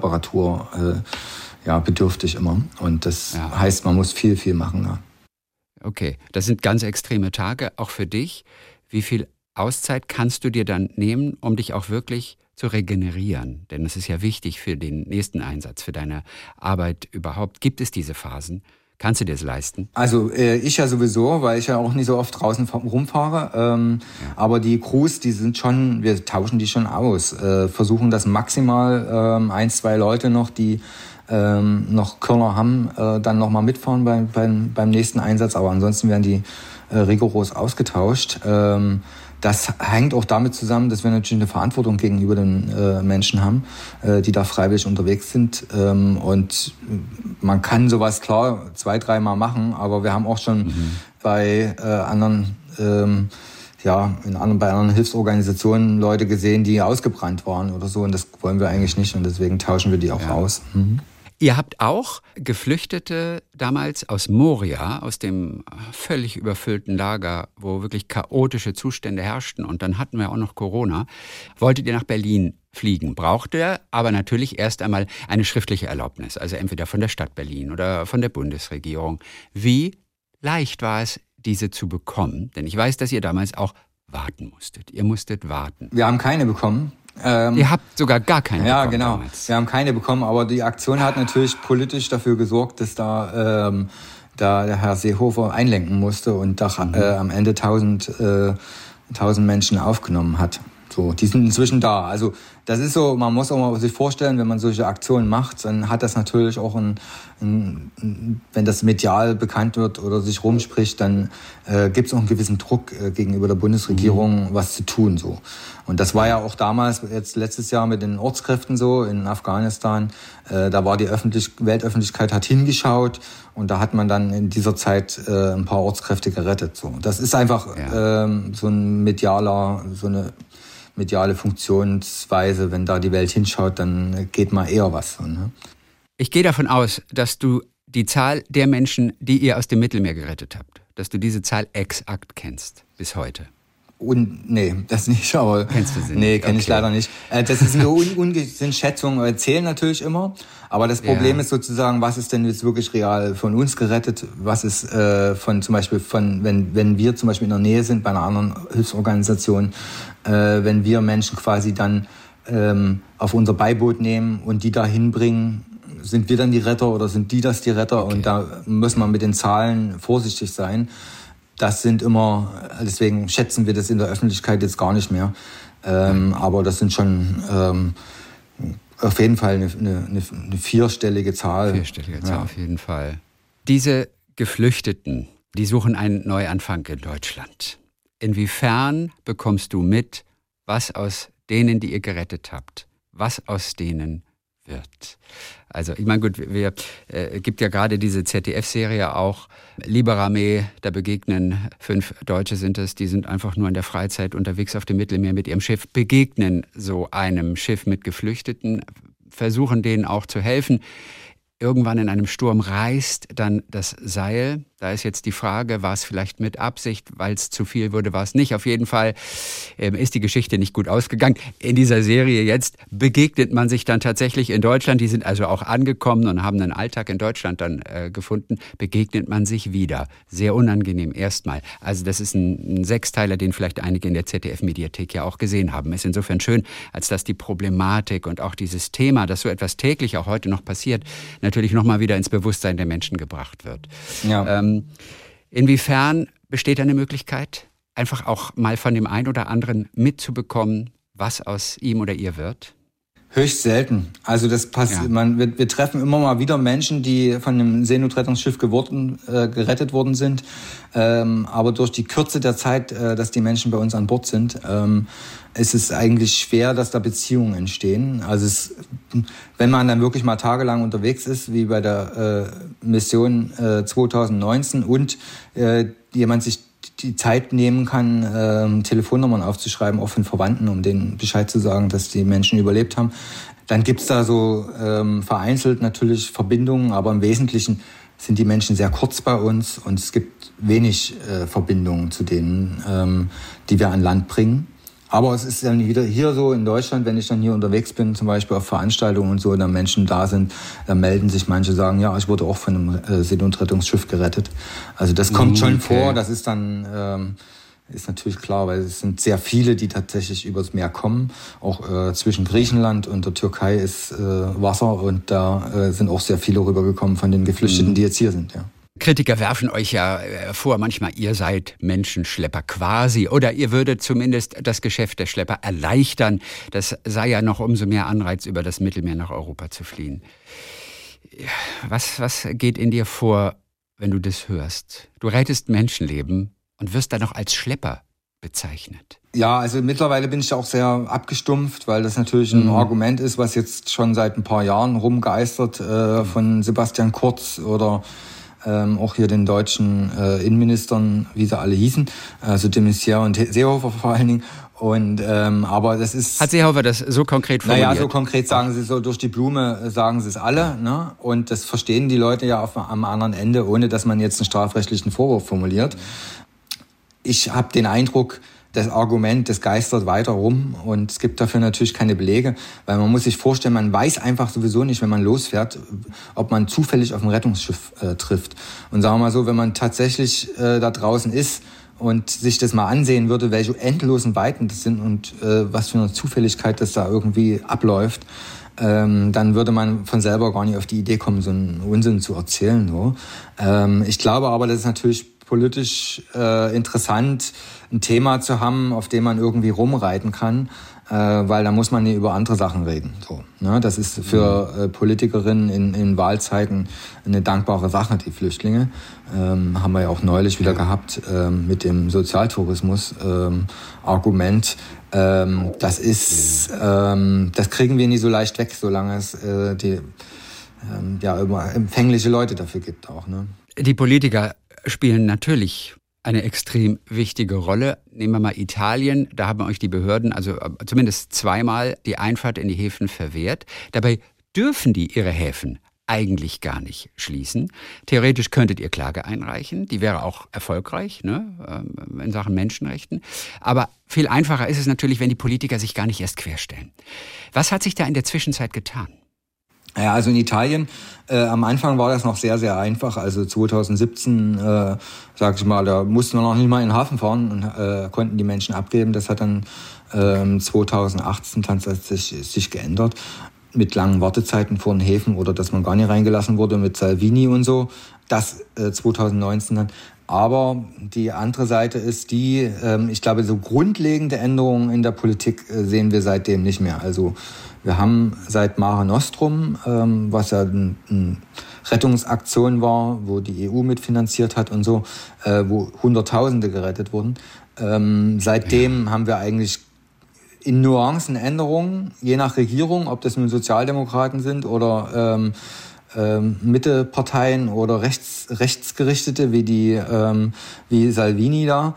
bedürftig immer. Und das heißt, man muss viel, viel machen. Ja. Okay, das sind ganz extreme Tage, auch für dich. Wie viel Auszeit kannst du dir dann nehmen, um dich auch wirklich zu regenerieren? Denn das ist ja wichtig für den nächsten Einsatz, für deine Arbeit überhaupt. Gibt es diese Phasen? Kannst du dir das leisten? Also ich ja sowieso, weil ich ja auch nicht so oft draußen rumfahre. Aber die Crews, wir tauschen die schon aus. Versuchen das maximal 1-2 Leute noch, die noch Körner haben, dann nochmal mitfahren beim nächsten Einsatz. Aber ansonsten werden die rigoros ausgetauscht. Das hängt auch damit zusammen, dass wir natürlich eine Verantwortung gegenüber den Menschen haben, die da freiwillig unterwegs sind. Und man kann sowas klar 2-3 Mal machen, aber wir haben auch schon bei anderen bei anderen Hilfsorganisationen Leute gesehen, die ausgebrannt waren oder so. Und das wollen wir eigentlich nicht und deswegen tauschen wir die auch aus. Mhm. Ihr habt auch Geflüchtete damals aus Moria, aus dem völlig überfüllten Lager, wo wirklich chaotische Zustände herrschten, und dann hatten wir auch noch Corona, wolltet ihr nach Berlin fliegen. Braucht ihr aber natürlich erst einmal eine schriftliche Erlaubnis, also entweder von der Stadt Berlin oder von der Bundesregierung. Wie leicht war es, diese zu bekommen? Denn ich weiß, dass ihr damals auch warten musstet. Ihr musstet warten. Wir haben keine bekommen. Ihr habt sogar gar keine bekommen. Ja, genau. Damals. Wir haben keine bekommen, aber die Aktion hat natürlich politisch dafür gesorgt, dass da der Herr Seehofer einlenken musste und da am Ende 1000 Menschen aufgenommen hat. So, die sind inzwischen da. Also das ist so, man muss auch mal sich vorstellen, wenn man solche Aktionen macht, dann hat das natürlich auch wenn das medial bekannt wird oder sich rumspricht, dann gibt es auch einen gewissen Druck gegenüber der Bundesregierung, was zu tun. So. Und das war ja auch damals, jetzt letztes Jahr mit den Ortskräften so in Afghanistan, da war die Weltöffentlichkeit hat hingeschaut und da hat man dann in dieser Zeit ein paar Ortskräfte gerettet. So. Das ist einfach so eine mediale Funktionsweise, wenn da die Welt hinschaut, dann geht mal eher was. So, ne? Ich gehe davon aus, dass du die Zahl der Menschen, die ihr aus dem Mittelmeer gerettet habt, dass du diese Zahl exakt kennst bis heute. Und nee, das nicht, aber kennst du sie nicht? Nee, kenne ich leider nicht. Das ist nur sind Schätzungen, wir zählen natürlich immer, aber das Problem ist sozusagen, was ist denn jetzt wirklich real von uns gerettet, was ist von zum Beispiel wenn wir zum Beispiel in der Nähe sind bei einer anderen Hilfsorganisation, wenn wir Menschen quasi dann auf unser Beiboot nehmen und die da hinbringen, sind wir dann die Retter oder sind die das die Retter? Okay. Und da muss man mit den Zahlen vorsichtig sein. Das sind immer, deswegen schätzen wir das in der Öffentlichkeit jetzt gar nicht mehr. Aber das sind schon auf jeden Fall eine vierstellige Zahl. Vierstellige Zahl, auf jeden Fall. Diese Geflüchteten, die suchen einen Neuanfang in Deutschland. Inwiefern bekommst du mit, was aus denen, die ihr gerettet habt, was aus denen wird? Also ich meine, gut, gibt ja gerade diese ZDF-Serie auch, Liberame, da begegnen 5 Deutsche sind es, die sind einfach nur in der Freizeit unterwegs auf dem Mittelmeer mit ihrem Schiff, begegnen so einem Schiff mit Geflüchteten, versuchen denen auch zu helfen. Irgendwann in einem Sturm reißt dann das Seil. Da ist jetzt die Frage, war es vielleicht mit Absicht, weil es zu viel wurde, war es nicht. Auf jeden Fall ist die Geschichte nicht gut ausgegangen. In dieser Serie jetzt begegnet man sich dann tatsächlich in Deutschland. Die sind also auch angekommen und haben einen Alltag in Deutschland dann gefunden. Begegnet man sich wieder. Sehr unangenehm erstmal. Also das ist ein Sechsteiler, den vielleicht einige in der ZDF-Mediathek ja auch gesehen haben. Ist insofern schön, als dass die Problematik und auch dieses Thema, dass so etwas täglich auch heute noch passiert, natürlich nochmal wieder ins Bewusstsein der Menschen gebracht wird. Ja. Inwiefern besteht eine Möglichkeit, einfach auch mal von dem einen oder anderen mitzubekommen, was aus ihm oder ihr wird? Höchst selten. Also das passiert. Ja. Wir treffen immer mal wieder Menschen, die von einem Seenotrettungsschiff gerettet worden sind. Aber durch die Kürze der Zeit, dass die Menschen bei uns an Bord sind, ist es eigentlich schwer, dass da Beziehungen entstehen. Also wenn man dann wirklich mal tagelang unterwegs ist, wie bei der Mission 2019 und jemand sich die Zeit nehmen kann, Telefonnummern aufzuschreiben, auch von Verwandten, um denen Bescheid zu sagen, dass die Menschen überlebt haben. Dann gibt's da so vereinzelt natürlich Verbindungen, aber im Wesentlichen sind die Menschen sehr kurz bei uns und es gibt wenig Verbindungen zu denen, die wir an Land bringen. Aber es ist dann wieder hier so in Deutschland, wenn ich dann hier unterwegs bin, zum Beispiel auf Veranstaltungen und so, dann Menschen da sind, dann melden sich manche, sagen, ja, ich wurde auch von einem Seenotrettungsschiff gerettet. Also das kommt schon vor, das ist dann, ist natürlich klar, weil es sind sehr viele, die tatsächlich übers Meer kommen. Auch zwischen Griechenland und der Türkei ist Wasser und da sind auch sehr viele rübergekommen von den Geflüchteten, die jetzt hier sind, ja. Kritiker werfen euch ja vor, manchmal ihr seid Menschenschlepper quasi oder ihr würdet zumindest das Geschäft der Schlepper erleichtern. Das sei ja noch umso mehr Anreiz, über das Mittelmeer nach Europa zu fliehen. Was geht in dir vor, wenn du das hörst? Du rettest Menschenleben und wirst dann noch als Schlepper bezeichnet. Ja, also mittlerweile bin ich auch sehr abgestumpft, weil das natürlich ein Argument ist, was jetzt schon seit ein paar Jahren rumgeistert von Sebastian Kurz oder auch hier den deutschen Innenministern, wie sie alle hießen, also de Maizière und Seehofer vor allen Dingen. Und aber das ist... Hat Seehofer das so konkret formuliert? Naja, so konkret sagen sie so, durch die Blume sagen sie es alle, ne? Und das verstehen die Leute ja am anderen Ende, ohne dass man jetzt einen strafrechtlichen Vorwurf formuliert. Ich habe den Eindruck, das Argument, das geistert weiter rum und es gibt dafür natürlich keine Belege, weil man muss sich vorstellen, man weiß einfach sowieso nicht, wenn man losfährt, ob man zufällig auf ein Rettungsschiff trifft. Und sagen wir mal so, wenn man tatsächlich da draußen ist und sich das mal ansehen würde, welche endlosen Weiten das sind und was für eine Zufälligkeit das da irgendwie abläuft, dann würde man von selber gar nicht auf die Idee kommen, so einen Unsinn zu erzählen. So. Ich glaube aber, das ist natürlich politisch interessant, ein Thema zu haben, auf dem man irgendwie rumreiten kann, weil da muss man nie über andere Sachen reden. So, ne? Das ist für Politikerinnen in Wahlzeiten eine dankbare Sache, die Flüchtlinge. Haben wir ja auch neulich wieder gehabt mit dem Sozialtourismus-Argument. Das kriegen wir nie so leicht weg, solange es immer empfängliche Leute dafür gibt auch. Ne? Die Politiker spielen natürlich eine extrem wichtige Rolle. Nehmen wir mal Italien, da haben euch die Behörden also zumindest zweimal die Einfahrt in die Häfen verwehrt. Dabei dürfen die ihre Häfen eigentlich gar nicht schließen. Theoretisch könntet ihr Klage einreichen, die wäre auch erfolgreich, ne, in Sachen Menschenrechten. Aber viel einfacher ist es natürlich, wenn die Politiker sich gar nicht erst querstellen. Was hat sich da in der Zwischenzeit getan? Ja, also in Italien, am Anfang war das noch sehr, sehr einfach. Also 2017, sag ich mal, da mussten wir noch nicht mal in den Hafen fahren und konnten die Menschen abgeben. Das hat dann 2018 tatsächlich sich geändert. Mit langen Wartezeiten vor den Häfen oder dass man gar nicht reingelassen wurde mit Salvini und so. Das 2019 dann. Aber die andere Seite ist die, ich glaube, so grundlegende Änderungen in der Politik sehen wir seitdem nicht mehr. Also wir haben seit Mare Nostrum, was ja eine Rettungsaktion war, wo die EU mitfinanziert hat und so, wo Hunderttausende gerettet wurden. Seitdem haben wir eigentlich in Nuancen Änderungen, je nach Regierung, ob das nun Sozialdemokraten sind oder Mitteparteien oder rechtsgerichtete wie Salvini da.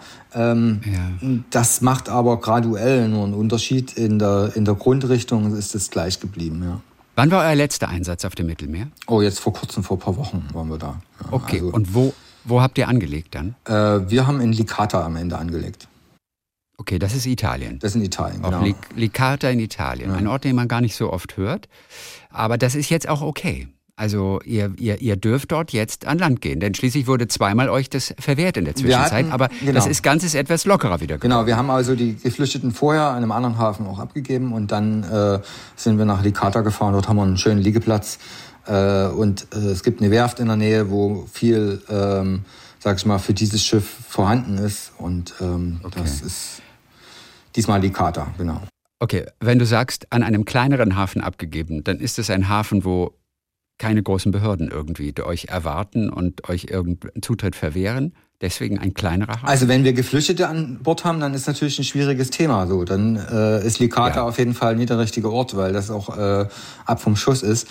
Das macht aber graduell nur einen Unterschied. In der Grundrichtung ist es gleich geblieben. Ja. Wann war euer letzter Einsatz auf dem Mittelmeer? Oh, jetzt vor kurzem, vor ein paar Wochen waren wir da. Ja, okay, also, und wo habt ihr angelegt dann? Wir haben in Licata am Ende angelegt. Okay, das ist Italien. Das ist in Italien, genau. Auf Licata in Italien. Ja. Ein Ort, den man gar nicht so oft hört. Aber das ist jetzt auch okay. Also ihr dürft dort jetzt an Land gehen, denn schließlich wurde zweimal euch das verwehrt in der Zwischenzeit, aber das Ganze ist etwas lockerer wieder geworden. Genau, wir haben also die Geflüchteten vorher an einem anderen Hafen auch abgegeben und dann sind wir nach Licata gefahren, dort haben wir einen schönen Liegeplatz und es gibt eine Werft in der Nähe, wo viel, sag ich mal, für dieses Schiff vorhanden ist und das ist diesmal Licata, genau. Okay, wenn du sagst, an einem kleineren Hafen abgegeben, dann ist es ein Hafen, wo keine großen Behörden irgendwie euch erwarten und euch irgendeinen Zutritt verwehren. Deswegen ein kleinerer Hafen? Also wenn wir Geflüchtete an Bord haben, dann ist natürlich ein schwieriges Thema. So, dann ist Licata auf jeden Fall nie der richtige Ort, weil das auch ab vom Schuss ist.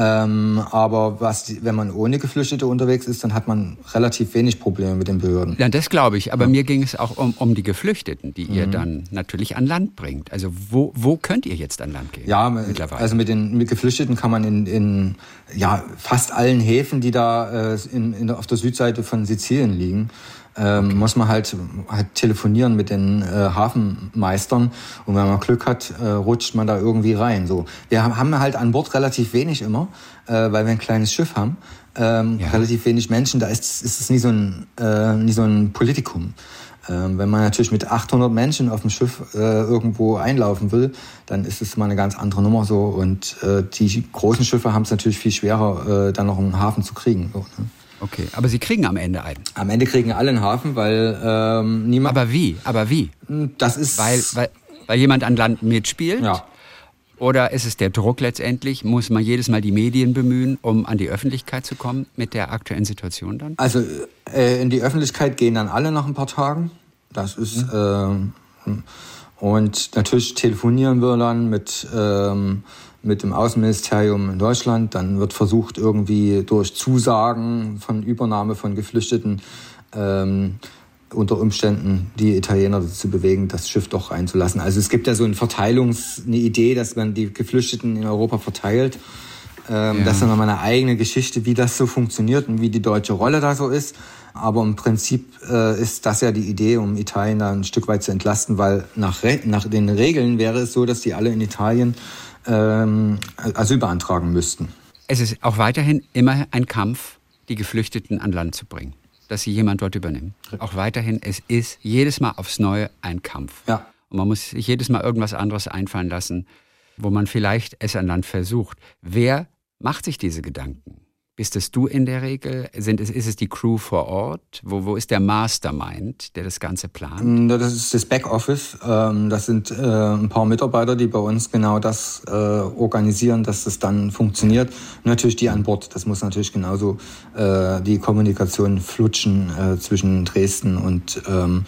Aber wenn man ohne Geflüchtete unterwegs ist, dann hat man relativ wenig Probleme mit den Behörden. Ja, das glaube ich. Aber mir ging es auch um die Geflüchteten, die ihr dann natürlich an Land bringt. Also wo könnt ihr jetzt an Land gehen? Ja, mittlerweile. Also mit Geflüchteten kann man in fast allen Häfen, die da auf der Südseite von Sizilien liegen, muss man halt telefonieren mit den Hafenmeistern und wenn man Glück hat, rutscht man da irgendwie rein. So, wir haben halt an Bord relativ wenig immer, weil wir ein kleines Schiff haben, relativ wenig Menschen. Da ist es nie so ein Politikum. Wenn man natürlich mit 800 Menschen auf dem Schiff irgendwo einlaufen will, dann ist es mal eine ganz andere Nummer so. Und die großen Schiffe haben es natürlich viel schwerer, dann noch einen Hafen zu kriegen. So, ne? Okay, aber Sie kriegen am Ende einen? Am Ende kriegen alle einen Hafen, weil niemand... Aber wie? Das ist... Weil jemand an Land mitspielt? Ja. Oder ist es der Druck letztendlich? Muss man jedes Mal die Medien bemühen, um an die Öffentlichkeit zu kommen mit der aktuellen Situation dann? Also in die Öffentlichkeit gehen dann alle nach ein paar Tagen. Das ist... Und natürlich telefonieren wir dann mit dem Außenministerium in Deutschland. Dann wird versucht, irgendwie durch Zusagen von Übernahme von Geflüchteten unter Umständen die Italiener dazu bewegen, das Schiff doch einzulassen. Also es gibt ja so eine Idee, dass man die Geflüchteten in Europa verteilt. Das ist dann nochmal eine eigene Geschichte, wie das so funktioniert und wie die deutsche Rolle da so ist. Aber im Prinzip ist das ja die Idee, um Italien da ein Stück weit zu entlasten, weil nach den Regeln wäre es so, dass die alle in Italien Asyl beantragen müssten. Es ist auch weiterhin immer ein Kampf, die Geflüchteten an Land zu bringen, dass sie jemand dort übernimmt. Auch weiterhin, es ist jedes Mal aufs Neue ein Kampf. Ja. Und man muss sich jedes Mal irgendwas anderes einfallen lassen, wo man vielleicht es an Land versucht. Wer macht sich diese Gedanken? Bist es du in der Regel? Ist es die Crew vor Ort? Wo ist der Mastermind, der das Ganze plant? Das ist das Backoffice. Das sind ein paar Mitarbeiter, die bei uns genau das organisieren, dass das dann funktioniert. Und natürlich die an Bord. Das muss natürlich genauso die Kommunikation flutschen zwischen Dresden und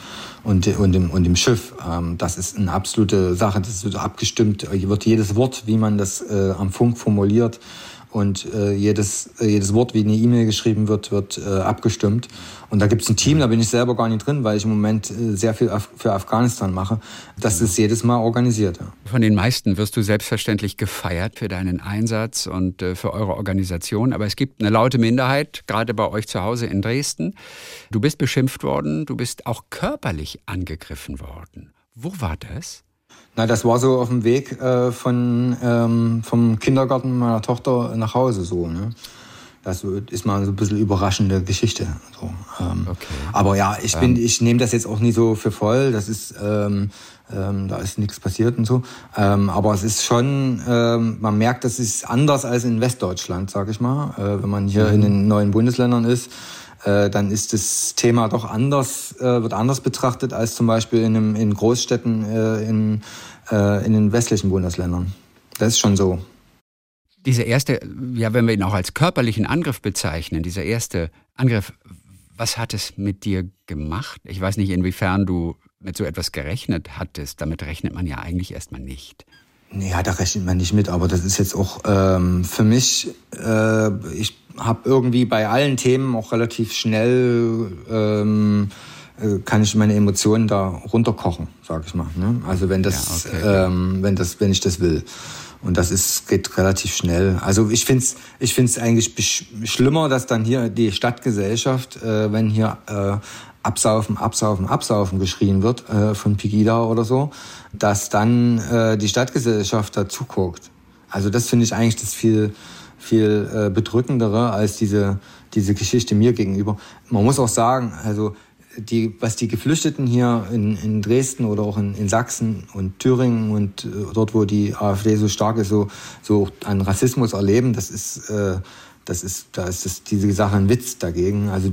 dem Schiff. Das ist eine absolute Sache. Das wird abgestimmt. Wird jedes Wort, wie man das am Funk formuliert, und jedes Wort, wie eine E-Mail geschrieben wird abgestimmt. Und da gibt es ein Team, da bin ich selber gar nicht drin, weil ich im Moment sehr viel für Afghanistan mache. Das ist jedes Mal organisiert. Ja. Von den meisten wirst du selbstverständlich gefeiert für deinen Einsatz und für eure Organisation. Aber es gibt eine laute Minderheit, gerade bei euch zu Hause in Dresden. Du bist beschimpft worden, du bist auch körperlich angegriffen worden. Wo war das? Na, das war so auf dem Weg vom Kindergarten meiner Tochter nach Hause so, ne? Das ist mal so ein bisschen überraschende Geschichte. So. Okay. Aber ja, ich nehme das jetzt auch nie so für voll. Das ist, da ist nichts passiert und so. Aber es ist schon, man merkt, das ist anders als in Westdeutschland, sag ich mal. Wenn man hier in den neuen Bundesländern ist, dann ist das Thema doch anders, wird anders betrachtet als zum Beispiel in Großstädten in den westlichen Bundesländern. Das ist schon so. Dieser erste, ja, wenn wir ihn auch als körperlichen Angriff bezeichnen, dieser erste Angriff, was hat es mit dir gemacht? Ich weiß nicht, inwiefern du mit so etwas gerechnet hattest. Damit rechnet man ja eigentlich erstmal nicht. Ja, da rechnet man nicht mit, aber das ist jetzt auch für mich, ich habe irgendwie bei allen Themen auch relativ schnell, kann ich meine Emotionen da runterkochen, sag ich mal. Ne? Also wenn ich das will. Und das geht relativ schnell. Also ich find's eigentlich schlimmer, dass dann hier die Stadtgesellschaft, wenn hier Absaufen geschrien wird von Pegida oder so, dass dann die Stadtgesellschaft da zuguckt. Also das finde ich eigentlich das viel bedrückendere als diese Geschichte mir gegenüber. Man muss auch sagen, also was die Geflüchteten hier in Dresden oder auch in Sachsen und Thüringen und dort, wo die AfD so stark ist, so an Rassismus erleben, da ist diese Sache ein Witz dagegen. Also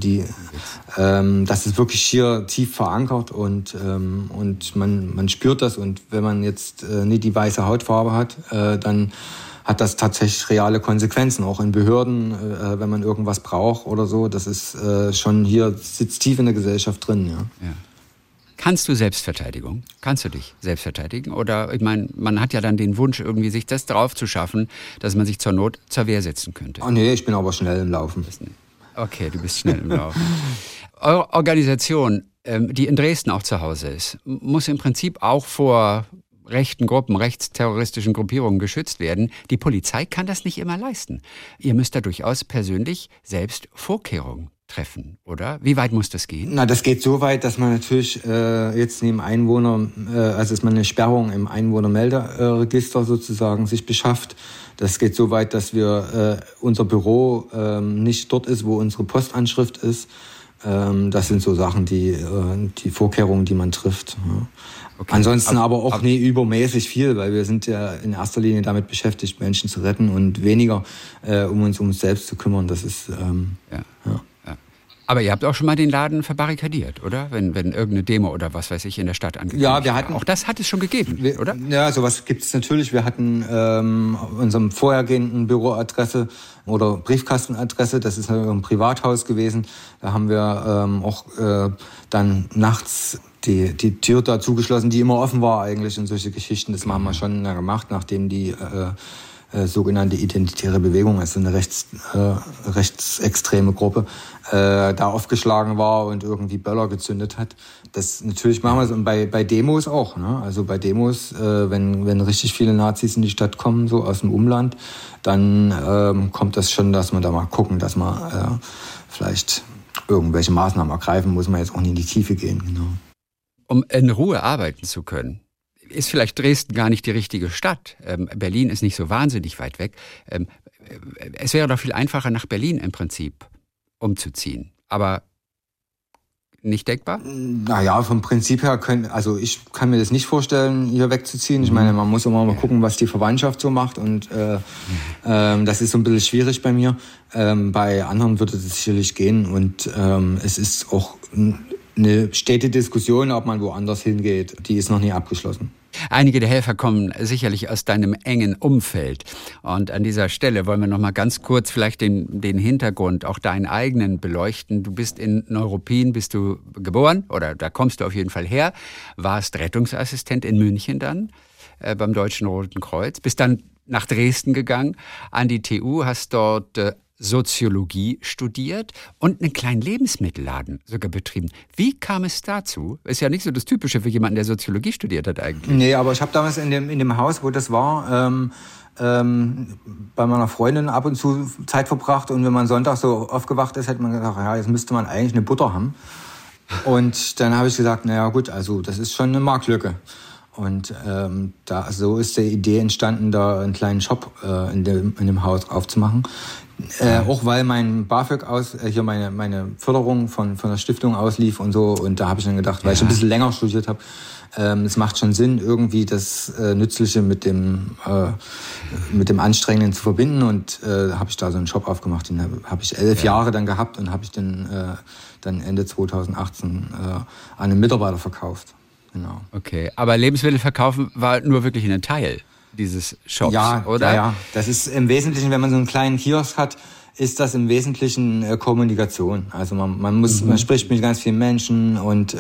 das ist wirklich hier tief verankert und man spürt das. Und wenn man jetzt nicht die weiße Hautfarbe hat, dann hat das tatsächlich reale Konsequenzen, auch in Behörden, wenn man irgendwas braucht oder so. Das ist schon hier, sitzt tief in der Gesellschaft drin. Ja. Kannst du Selbstverteidigung? Kannst du dich selbst verteidigen? Oder, ich meine, man hat ja dann den Wunsch, irgendwie sich das drauf zu schaffen, dass man sich zur Not zur Wehr setzen könnte. Oh nee, ich bin aber schnell im Laufen. Okay, du bist schnell im Laufen. Eure Organisation, die in Dresden auch zu Hause ist, muss im Prinzip auch vor rechten Gruppen, rechtsterroristischen Gruppierungen geschützt werden. Die Polizei kann das nicht immer leisten. Ihr müsst da durchaus persönlich selbst Vorkehrungen treffen, oder? Wie weit muss das gehen? Na, das geht so weit, dass man natürlich jetzt neben Einwohner, also dass man eine Sperrung im Einwohnermelderegister sozusagen sich beschafft. Das geht so weit, dass wir unser Büro nicht dort ist, wo unsere Postanschrift ist. Das sind so Sachen, die Vorkehrungen, die man trifft. Ja. Okay. Ansonsten aber auch nie übermäßig viel, weil wir sind ja in erster Linie damit beschäftigt, Menschen zu retten und weniger um uns selbst zu kümmern. Das ist ja. Aber ihr habt auch schon mal den Laden verbarrikadiert, oder? Wenn irgendeine Demo oder was weiß ich in der Stadt angekündigt war. Ja, wir hatten auch das hat es schon gegeben, oder? Ja, sowas gibt es natürlich. Wir hatten unserem vorhergehenden Büroadresse oder Briefkastenadresse, das ist ein Privathaus gewesen. Da haben wir auch dann nachts die Tür da zugeschlossen, die immer offen war eigentlich und solche Geschichten. Das haben wir schon gemacht, nachdem die sogenannte Identitäre Bewegung, also eine rechtsextreme Gruppe, da aufgeschlagen war und irgendwie Böller gezündet hat. Das natürlich machen wir es und bei Demos auch. Ne? Also bei Demos, wenn richtig viele Nazis in die Stadt kommen, so aus dem Umland, dann kommt das schon, dass man da mal gucken, dass man vielleicht irgendwelche Maßnahmen ergreifen, muss man jetzt auch nicht in die Tiefe gehen. Genau. Um in Ruhe arbeiten zu können, ist vielleicht Dresden gar nicht die richtige Stadt. Berlin ist nicht so wahnsinnig weit weg. Es wäre doch viel einfacher, nach Berlin im Prinzip umzuziehen. Aber nicht denkbar? Naja, vom Prinzip her ich kann mir das nicht vorstellen, hier wegzuziehen. Ich meine, man muss immer mal gucken, was die Verwandtschaft so macht und das ist so ein bisschen schwierig bei mir. Bei anderen würde das sicherlich gehen und es ist auch eine stete Diskussion, ob man woanders hingeht. Die ist noch nie abgeschlossen. Einige der Helfer kommen sicherlich aus deinem engen Umfeld. Und an dieser Stelle wollen wir noch mal ganz kurz vielleicht den Hintergrund, auch deinen eigenen beleuchten. Du bist in Neuruppin, bist du geboren, oder da kommst du auf jeden Fall her, warst Rettungsassistent in München dann beim Deutschen Roten Kreuz, bist dann nach Dresden gegangen, an die TU, hast dort Soziologie studiert und einen kleinen Lebensmittelladen sogar betrieben. Wie kam es dazu? Ist ja nicht so das Typische für jemanden, der Soziologie studiert hat eigentlich. Nee, aber ich habe damals in dem Haus, wo das war, bei meiner Freundin ab und zu Zeit verbracht und wenn man Sonntag so aufgewacht ist, hätte man gedacht, ja, jetzt müsste man eigentlich eine Butter haben. Und dann habe ich gesagt, naja gut, also das ist schon eine Marktlücke. Und so ist die Idee entstanden, da einen kleinen Shop in dem Haus aufzumachen. Auch weil mein BAföG hier meine Förderung von der Stiftung auslief und so. Und da habe ich dann gedacht, weil ich ein bisschen länger studiert habe, es macht schon Sinn, irgendwie das Nützliche mit dem Anstrengenden zu verbinden. Und habe ich da so einen Shop aufgemacht. Den habe ich 11 Jahre dann gehabt und habe ich dann Ende 2018 an einen Mitarbeiter verkauft. Genau. Okay, aber Lebensmittel verkaufen war nur wirklich ein Teil dieses Shops, oder? Ja. Das ist im Wesentlichen, wenn man so einen kleinen Kiosk hat, ist das im Wesentlichen Kommunikation. Also man spricht mit ganz vielen Menschen und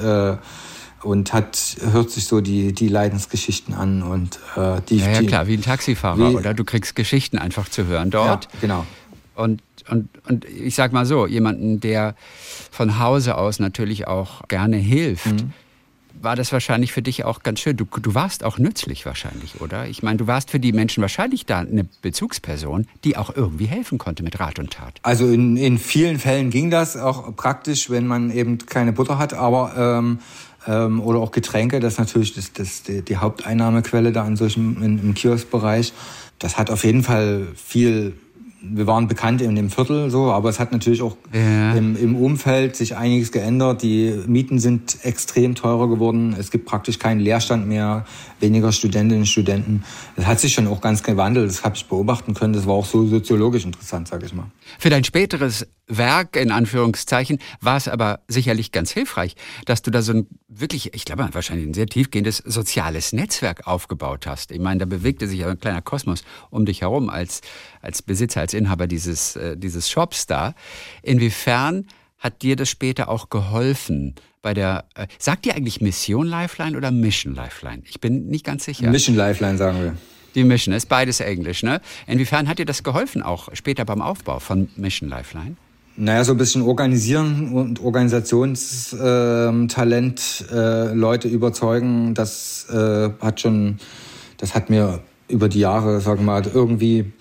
hört sich so die Leidensgeschichten an und klar, wie ein Taxifahrer, oder? Du kriegst Geschichten einfach zu hören dort. Ja, genau. Und ich sag mal so, jemanden, der von Hause aus natürlich auch gerne hilft, war das wahrscheinlich für dich auch ganz schön. Du warst auch nützlich wahrscheinlich, oder? Ich meine, du warst für die Menschen wahrscheinlich da eine Bezugsperson, die auch irgendwie helfen konnte mit Rat und Tat. Also in vielen Fällen ging das auch praktisch, wenn man eben keine Butter hat, aber oder auch Getränke, das ist natürlich die Haupteinnahmequelle da im Kioskbereich. Das hat auf jeden Fall viel. Wir waren bekannt in dem Viertel, so, aber es hat natürlich auch im Umfeld sich einiges geändert. Die Mieten sind extrem teurer geworden. Es gibt praktisch keinen Leerstand mehr, weniger Studentinnen und Studenten. Das hat sich schon auch ganz gewandelt. Das habe ich beobachten können. Das war auch so soziologisch interessant, sage ich mal. Für dein späteres Werk, in Anführungszeichen, war es aber sicherlich ganz hilfreich, dass du da so ein wirklich, ich glaube, wahrscheinlich ein sehr tiefgehendes soziales Netzwerk aufgebaut hast. Ich meine, da bewegte sich ja ein kleiner Kosmos um dich herum als Besitzer, als Inhaber dieses Shops da. Inwiefern hat dir das später auch geholfen bei der, sagt ihr eigentlich Mission Lifeline oder Mission Lifeline? Ich bin nicht ganz sicher. Mission Lifeline sagen wir. Die Mission ist beides Englisch, ne? Inwiefern hat dir das geholfen, auch später beim Aufbau von Mission Lifeline? Naja, so ein bisschen organisieren und Organisationstalent, Leute überzeugen, das hat mir über die Jahre, sagen wir mal, irgendwie,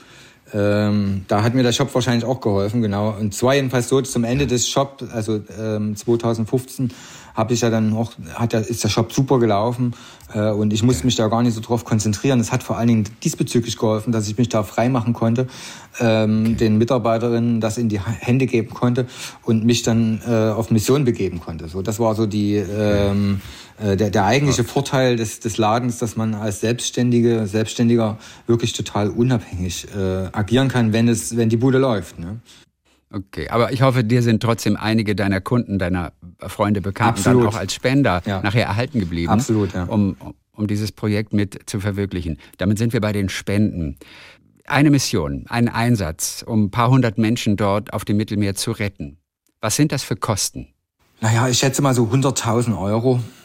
da hat mir der Shop wahrscheinlich auch geholfen, genau. Und zwar jedenfalls so zum Ende des Shops, also 2015, ist der Shop super gelaufen und ich musste mich da gar nicht so drauf konzentrieren. Es hat vor allen Dingen diesbezüglich geholfen, dass ich mich da frei machen konnte, den Mitarbeiterinnen das in die Hände geben konnte und mich dann auf Mission begeben konnte. So, das war so der eigentliche Vorteil des Ladens, dass man als Selbstständiger wirklich total unabhängig agieren kann, wenn die Bude läuft, ne? Okay, aber ich hoffe, dir sind trotzdem einige deiner Kunden, deiner Freunde, Bekannten Absolut. dann auch als Spender nachher erhalten geblieben, Absolut, ja. um dieses Projekt mit zu verwirklichen. Damit sind wir bei den Spenden. Eine Mission, ein Einsatz, um ein paar hundert Menschen dort auf dem Mittelmeer zu retten. Was sind das für Kosten? Naja, ich schätze mal so 100.000 Euro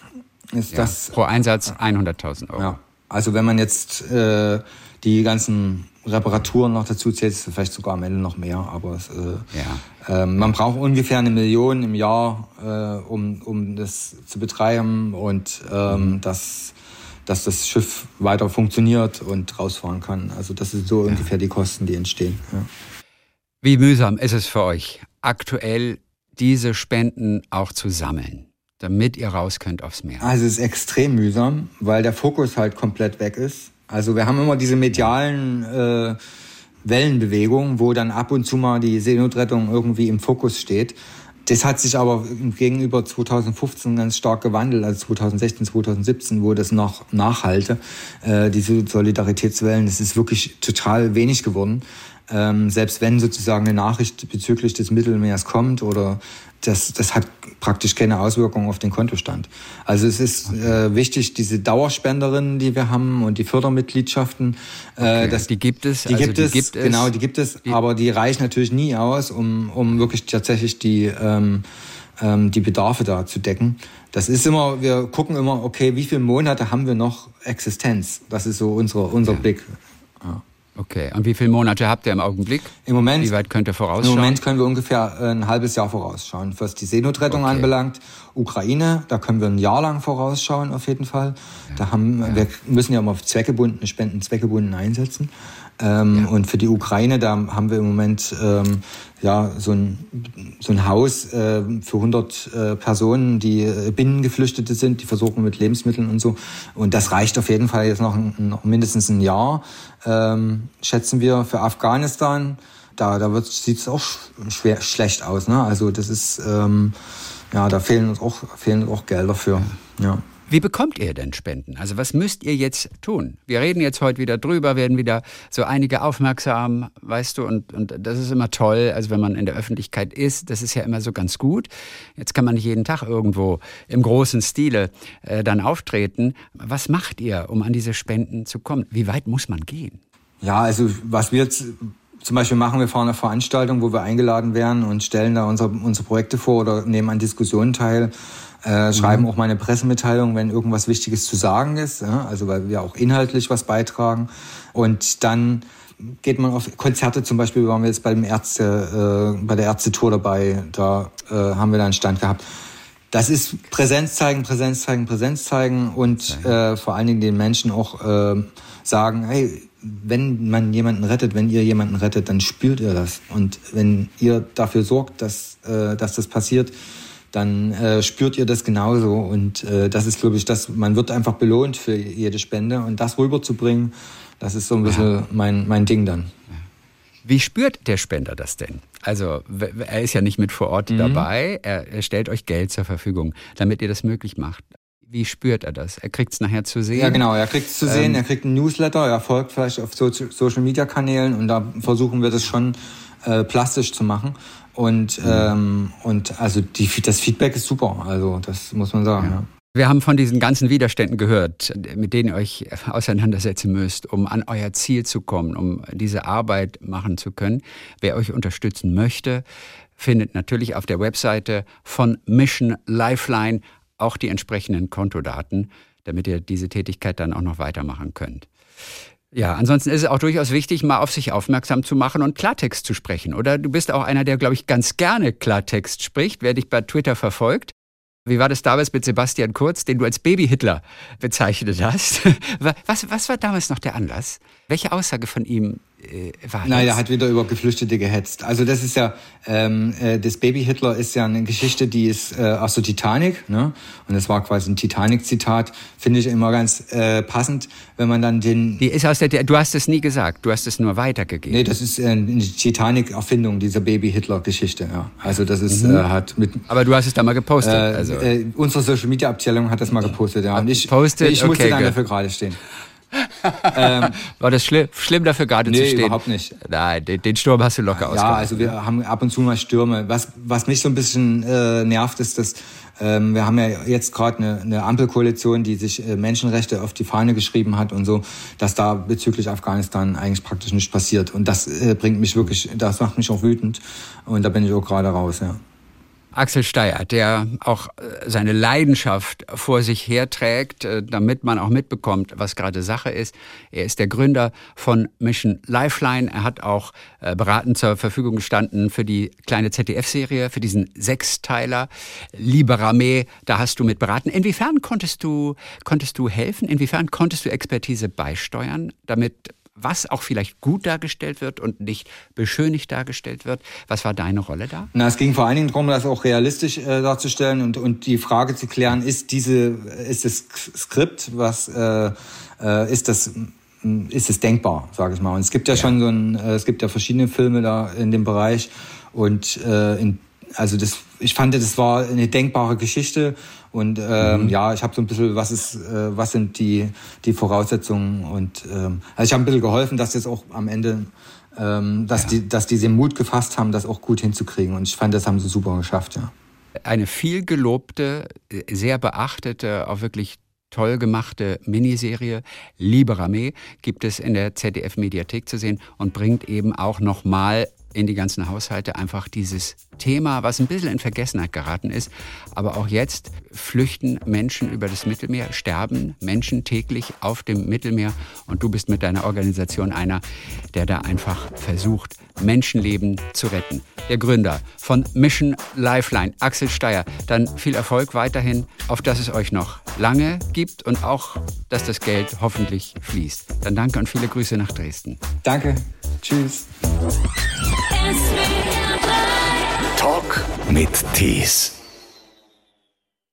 ist das... Pro Einsatz 100.000 Euro. Ja. Also wenn man jetzt die ganzen Reparaturen noch dazu zählt, ist es vielleicht sogar am Ende noch mehr. Aber man braucht ungefähr 1 Million im Jahr, um das zu betreiben und dass das Schiff weiter funktioniert und rausfahren kann. Also das sind so ungefähr die Kosten, die entstehen. Ja. Wie mühsam ist es für euch, aktuell diese Spenden auch zu sammeln, damit ihr raus könnt aufs Meer? Also es ist extrem mühsam, weil der Fokus halt komplett weg ist. Also wir haben immer diese medialen Wellenbewegungen, wo dann ab und zu mal die Seenotrettung irgendwie im Fokus steht. Das hat sich aber gegenüber 2015 ganz stark gewandelt, also 2016, 2017, wo das noch nachhalte. Diese Solidaritätswellen, das ist wirklich total wenig geworden. Selbst wenn sozusagen eine Nachricht bezüglich des Mittelmeers kommt oder das hat praktisch keine Auswirkungen auf den Kontostand. Also es ist wichtig, diese Dauerspenderinnen, die wir haben und die Fördermitgliedschaften, die gibt es. Die gibt es, aber die reichen natürlich nie aus, um wirklich tatsächlich die Bedarfe da zu decken. Das ist immer, wir gucken immer, okay, wie viele Monate haben wir noch Existenz? Das ist so unser Blick. Ja. Okay, und wie viele Monate habt ihr im Augenblick? Im Moment, wie weit könnt ihr vorausschauen? Im Moment können wir ungefähr ein halbes Jahr vorausschauen. Was die Seenotrettung anbelangt, Ukraine, da können wir ein Jahr lang vorausschauen auf jeden Fall. Ja. Wir müssen ja immer zweckgebundene Spenden zweckgebunden einsetzen. Und für die Ukraine, da haben wir im Moment so ein Haus für 100 Personen, die Binnengeflüchtete sind, die versorgen mit Lebensmitteln und so. Und das reicht auf jeden Fall jetzt noch mindestens ein Jahr, schätzen wir. Für Afghanistan, sieht es auch schlecht aus. Ne? Also das ist, da fehlen uns auch Gelder für. Ja. Wie bekommt ihr denn Spenden? Also was müsst ihr jetzt tun? Wir reden jetzt heute wieder drüber, werden wieder so einige aufmerksam, weißt du, und das ist immer toll, also wenn man in der Öffentlichkeit ist, das ist ja immer so ganz gut. Jetzt kann man nicht jeden Tag irgendwo im großen Stile dann auftreten. Was macht ihr, um an diese Spenden zu kommen? Wie weit muss man gehen? Ja, also was wir jetzt zum Beispiel machen, wir fahren eine Veranstaltung, wo wir eingeladen werden und stellen da unsere Projekte vor oder nehmen an Diskussionen teil. Schreiben auch mal eine Pressemitteilung, wenn irgendwas Wichtiges zu sagen ist, also weil wir auch inhaltlich was beitragen. Und dann geht man auf Konzerte, zum Beispiel waren wir jetzt bei der Ärzte-Tour dabei, da haben wir da einen Stand gehabt. Das ist Präsenz zeigen und vor allen Dingen den Menschen auch sagen, hey, wenn ihr jemanden rettet, dann spürt ihr das. Und wenn ihr dafür sorgt, dass das passiert, dann spürt ihr das genauso. Und das ist, glaube ich, man wird einfach belohnt für jede Spende. Und das rüberzubringen, das ist so ein bisschen mein Ding dann. Wie spürt der Spender das denn? Also er ist ja nicht mit vor Ort dabei, er stellt euch Geld zur Verfügung, damit ihr das möglich macht. Wie spürt er das? Er kriegt es nachher zu sehen? Ja, genau, er kriegt es zu sehen, er kriegt einen Newsletter, er folgt vielleicht auf Social-Media-Kanälen und da versuchen wir das schon plastisch zu machen. Und also das Feedback ist super, also das muss man sagen. Ja. Wir haben von diesen ganzen Widerständen gehört, mit denen ihr euch auseinandersetzen müsst, um an euer Ziel zu kommen, um diese Arbeit machen zu können. Wer euch unterstützen möchte, findet natürlich auf der Webseite von Mission Lifeline auch die entsprechenden Kontodaten, damit ihr diese Tätigkeit dann auch noch weitermachen könnt. Ja, ansonsten ist es auch durchaus wichtig, mal auf sich aufmerksam zu machen und Klartext zu sprechen. Oder du bist auch einer, der, glaube ich, ganz gerne Klartext spricht, wer dich bei Twitter verfolgt. Wie war das damals mit Sebastian Kurz, den du als Baby-Hitler bezeichnet hast? Was war damals noch der Anlass? Welche Aussage von ihm war das? Nein, er hat wieder über Geflüchtete gehetzt. Also das ist ja, das Baby-Hitler ist ja eine Geschichte, die ist aus der Titanic, ne? Und das war quasi ein Titanic-Zitat, finde ich immer ganz passend, wenn man dann Die ist aus du hast es nie gesagt, du hast es nur weitergegeben. Nee, das ist eine Titanic-Erfindung, dieser Baby-Hitler-Geschichte, ja. Also das ist, Aber du hast es da mal gepostet, unsere Social-Media-Abteilung hat das mal gepostet, ja. Und ich musste dann dafür gerade stehen. War das schlimm dafür gerade zu stehen? Nee, überhaupt nicht. Nein, den Sturm hast du locker ausgehalten. Ja, also wir haben ab und zu mal Stürme. Was mich so ein bisschen nervt, ist, dass wir haben ja jetzt gerade eine Ampelkoalition, die sich Menschenrechte auf die Fahne geschrieben hat und so, dass da bezüglich Afghanistan eigentlich praktisch nichts passiert. Und das das macht mich auch wütend. Und da bin ich auch gerade raus, ja. Axel Steier, der auch seine Leidenschaft vor sich herträgt, damit man auch mitbekommt, was gerade Sache ist. Er ist der Gründer von Mission Lifeline. Er hat auch beratend zur Verfügung gestanden für die kleine ZDF-Serie, für diesen 6-Teiler. Liebe Ramé, da hast du mit beraten. Inwiefern konntest du helfen? Inwiefern konntest du Expertise beisteuern, damit was auch vielleicht gut dargestellt wird und nicht beschönigt dargestellt wird? Was war deine Rolle da? Na, es ging vor allen Dingen darum, das auch realistisch darzustellen und die Frage zu klären, ist das Skript, ist es denkbar, sage ich mal. Und es gibt ja schon es gibt ja verschiedene Filme da in dem Bereich und ich fand, das war eine denkbare Geschichte und ich habe so ein bisschen, was sind die Voraussetzungen und ich habe ein bisschen geholfen, dass jetzt auch am Ende, dass die den Mut gefasst haben, das auch gut hinzukriegen und ich fand, das haben sie super geschafft, ja. Eine viel gelobte, sehr beachtete, auch wirklich toll gemachte Miniserie Liebe Ramé gibt es in der ZDF-Mediathek zu sehen und bringt eben auch nochmal in die ganzen Haushalte einfach dieses Thema, was ein bisschen in Vergessenheit geraten ist. Aber auch jetzt flüchten Menschen über das Mittelmeer, sterben Menschen täglich auf dem Mittelmeer. Und du bist mit deiner Organisation einer, der da einfach versucht, Menschenleben zu retten. Der Gründer von Mission Lifeline, Axel Steier. Dann viel Erfolg weiterhin, auf dass es euch noch lange gibt und auch, dass das Geld hoffentlich fließt. Dann danke und viele Grüße nach Dresden. Danke. Tschüss. Talk mit Tees.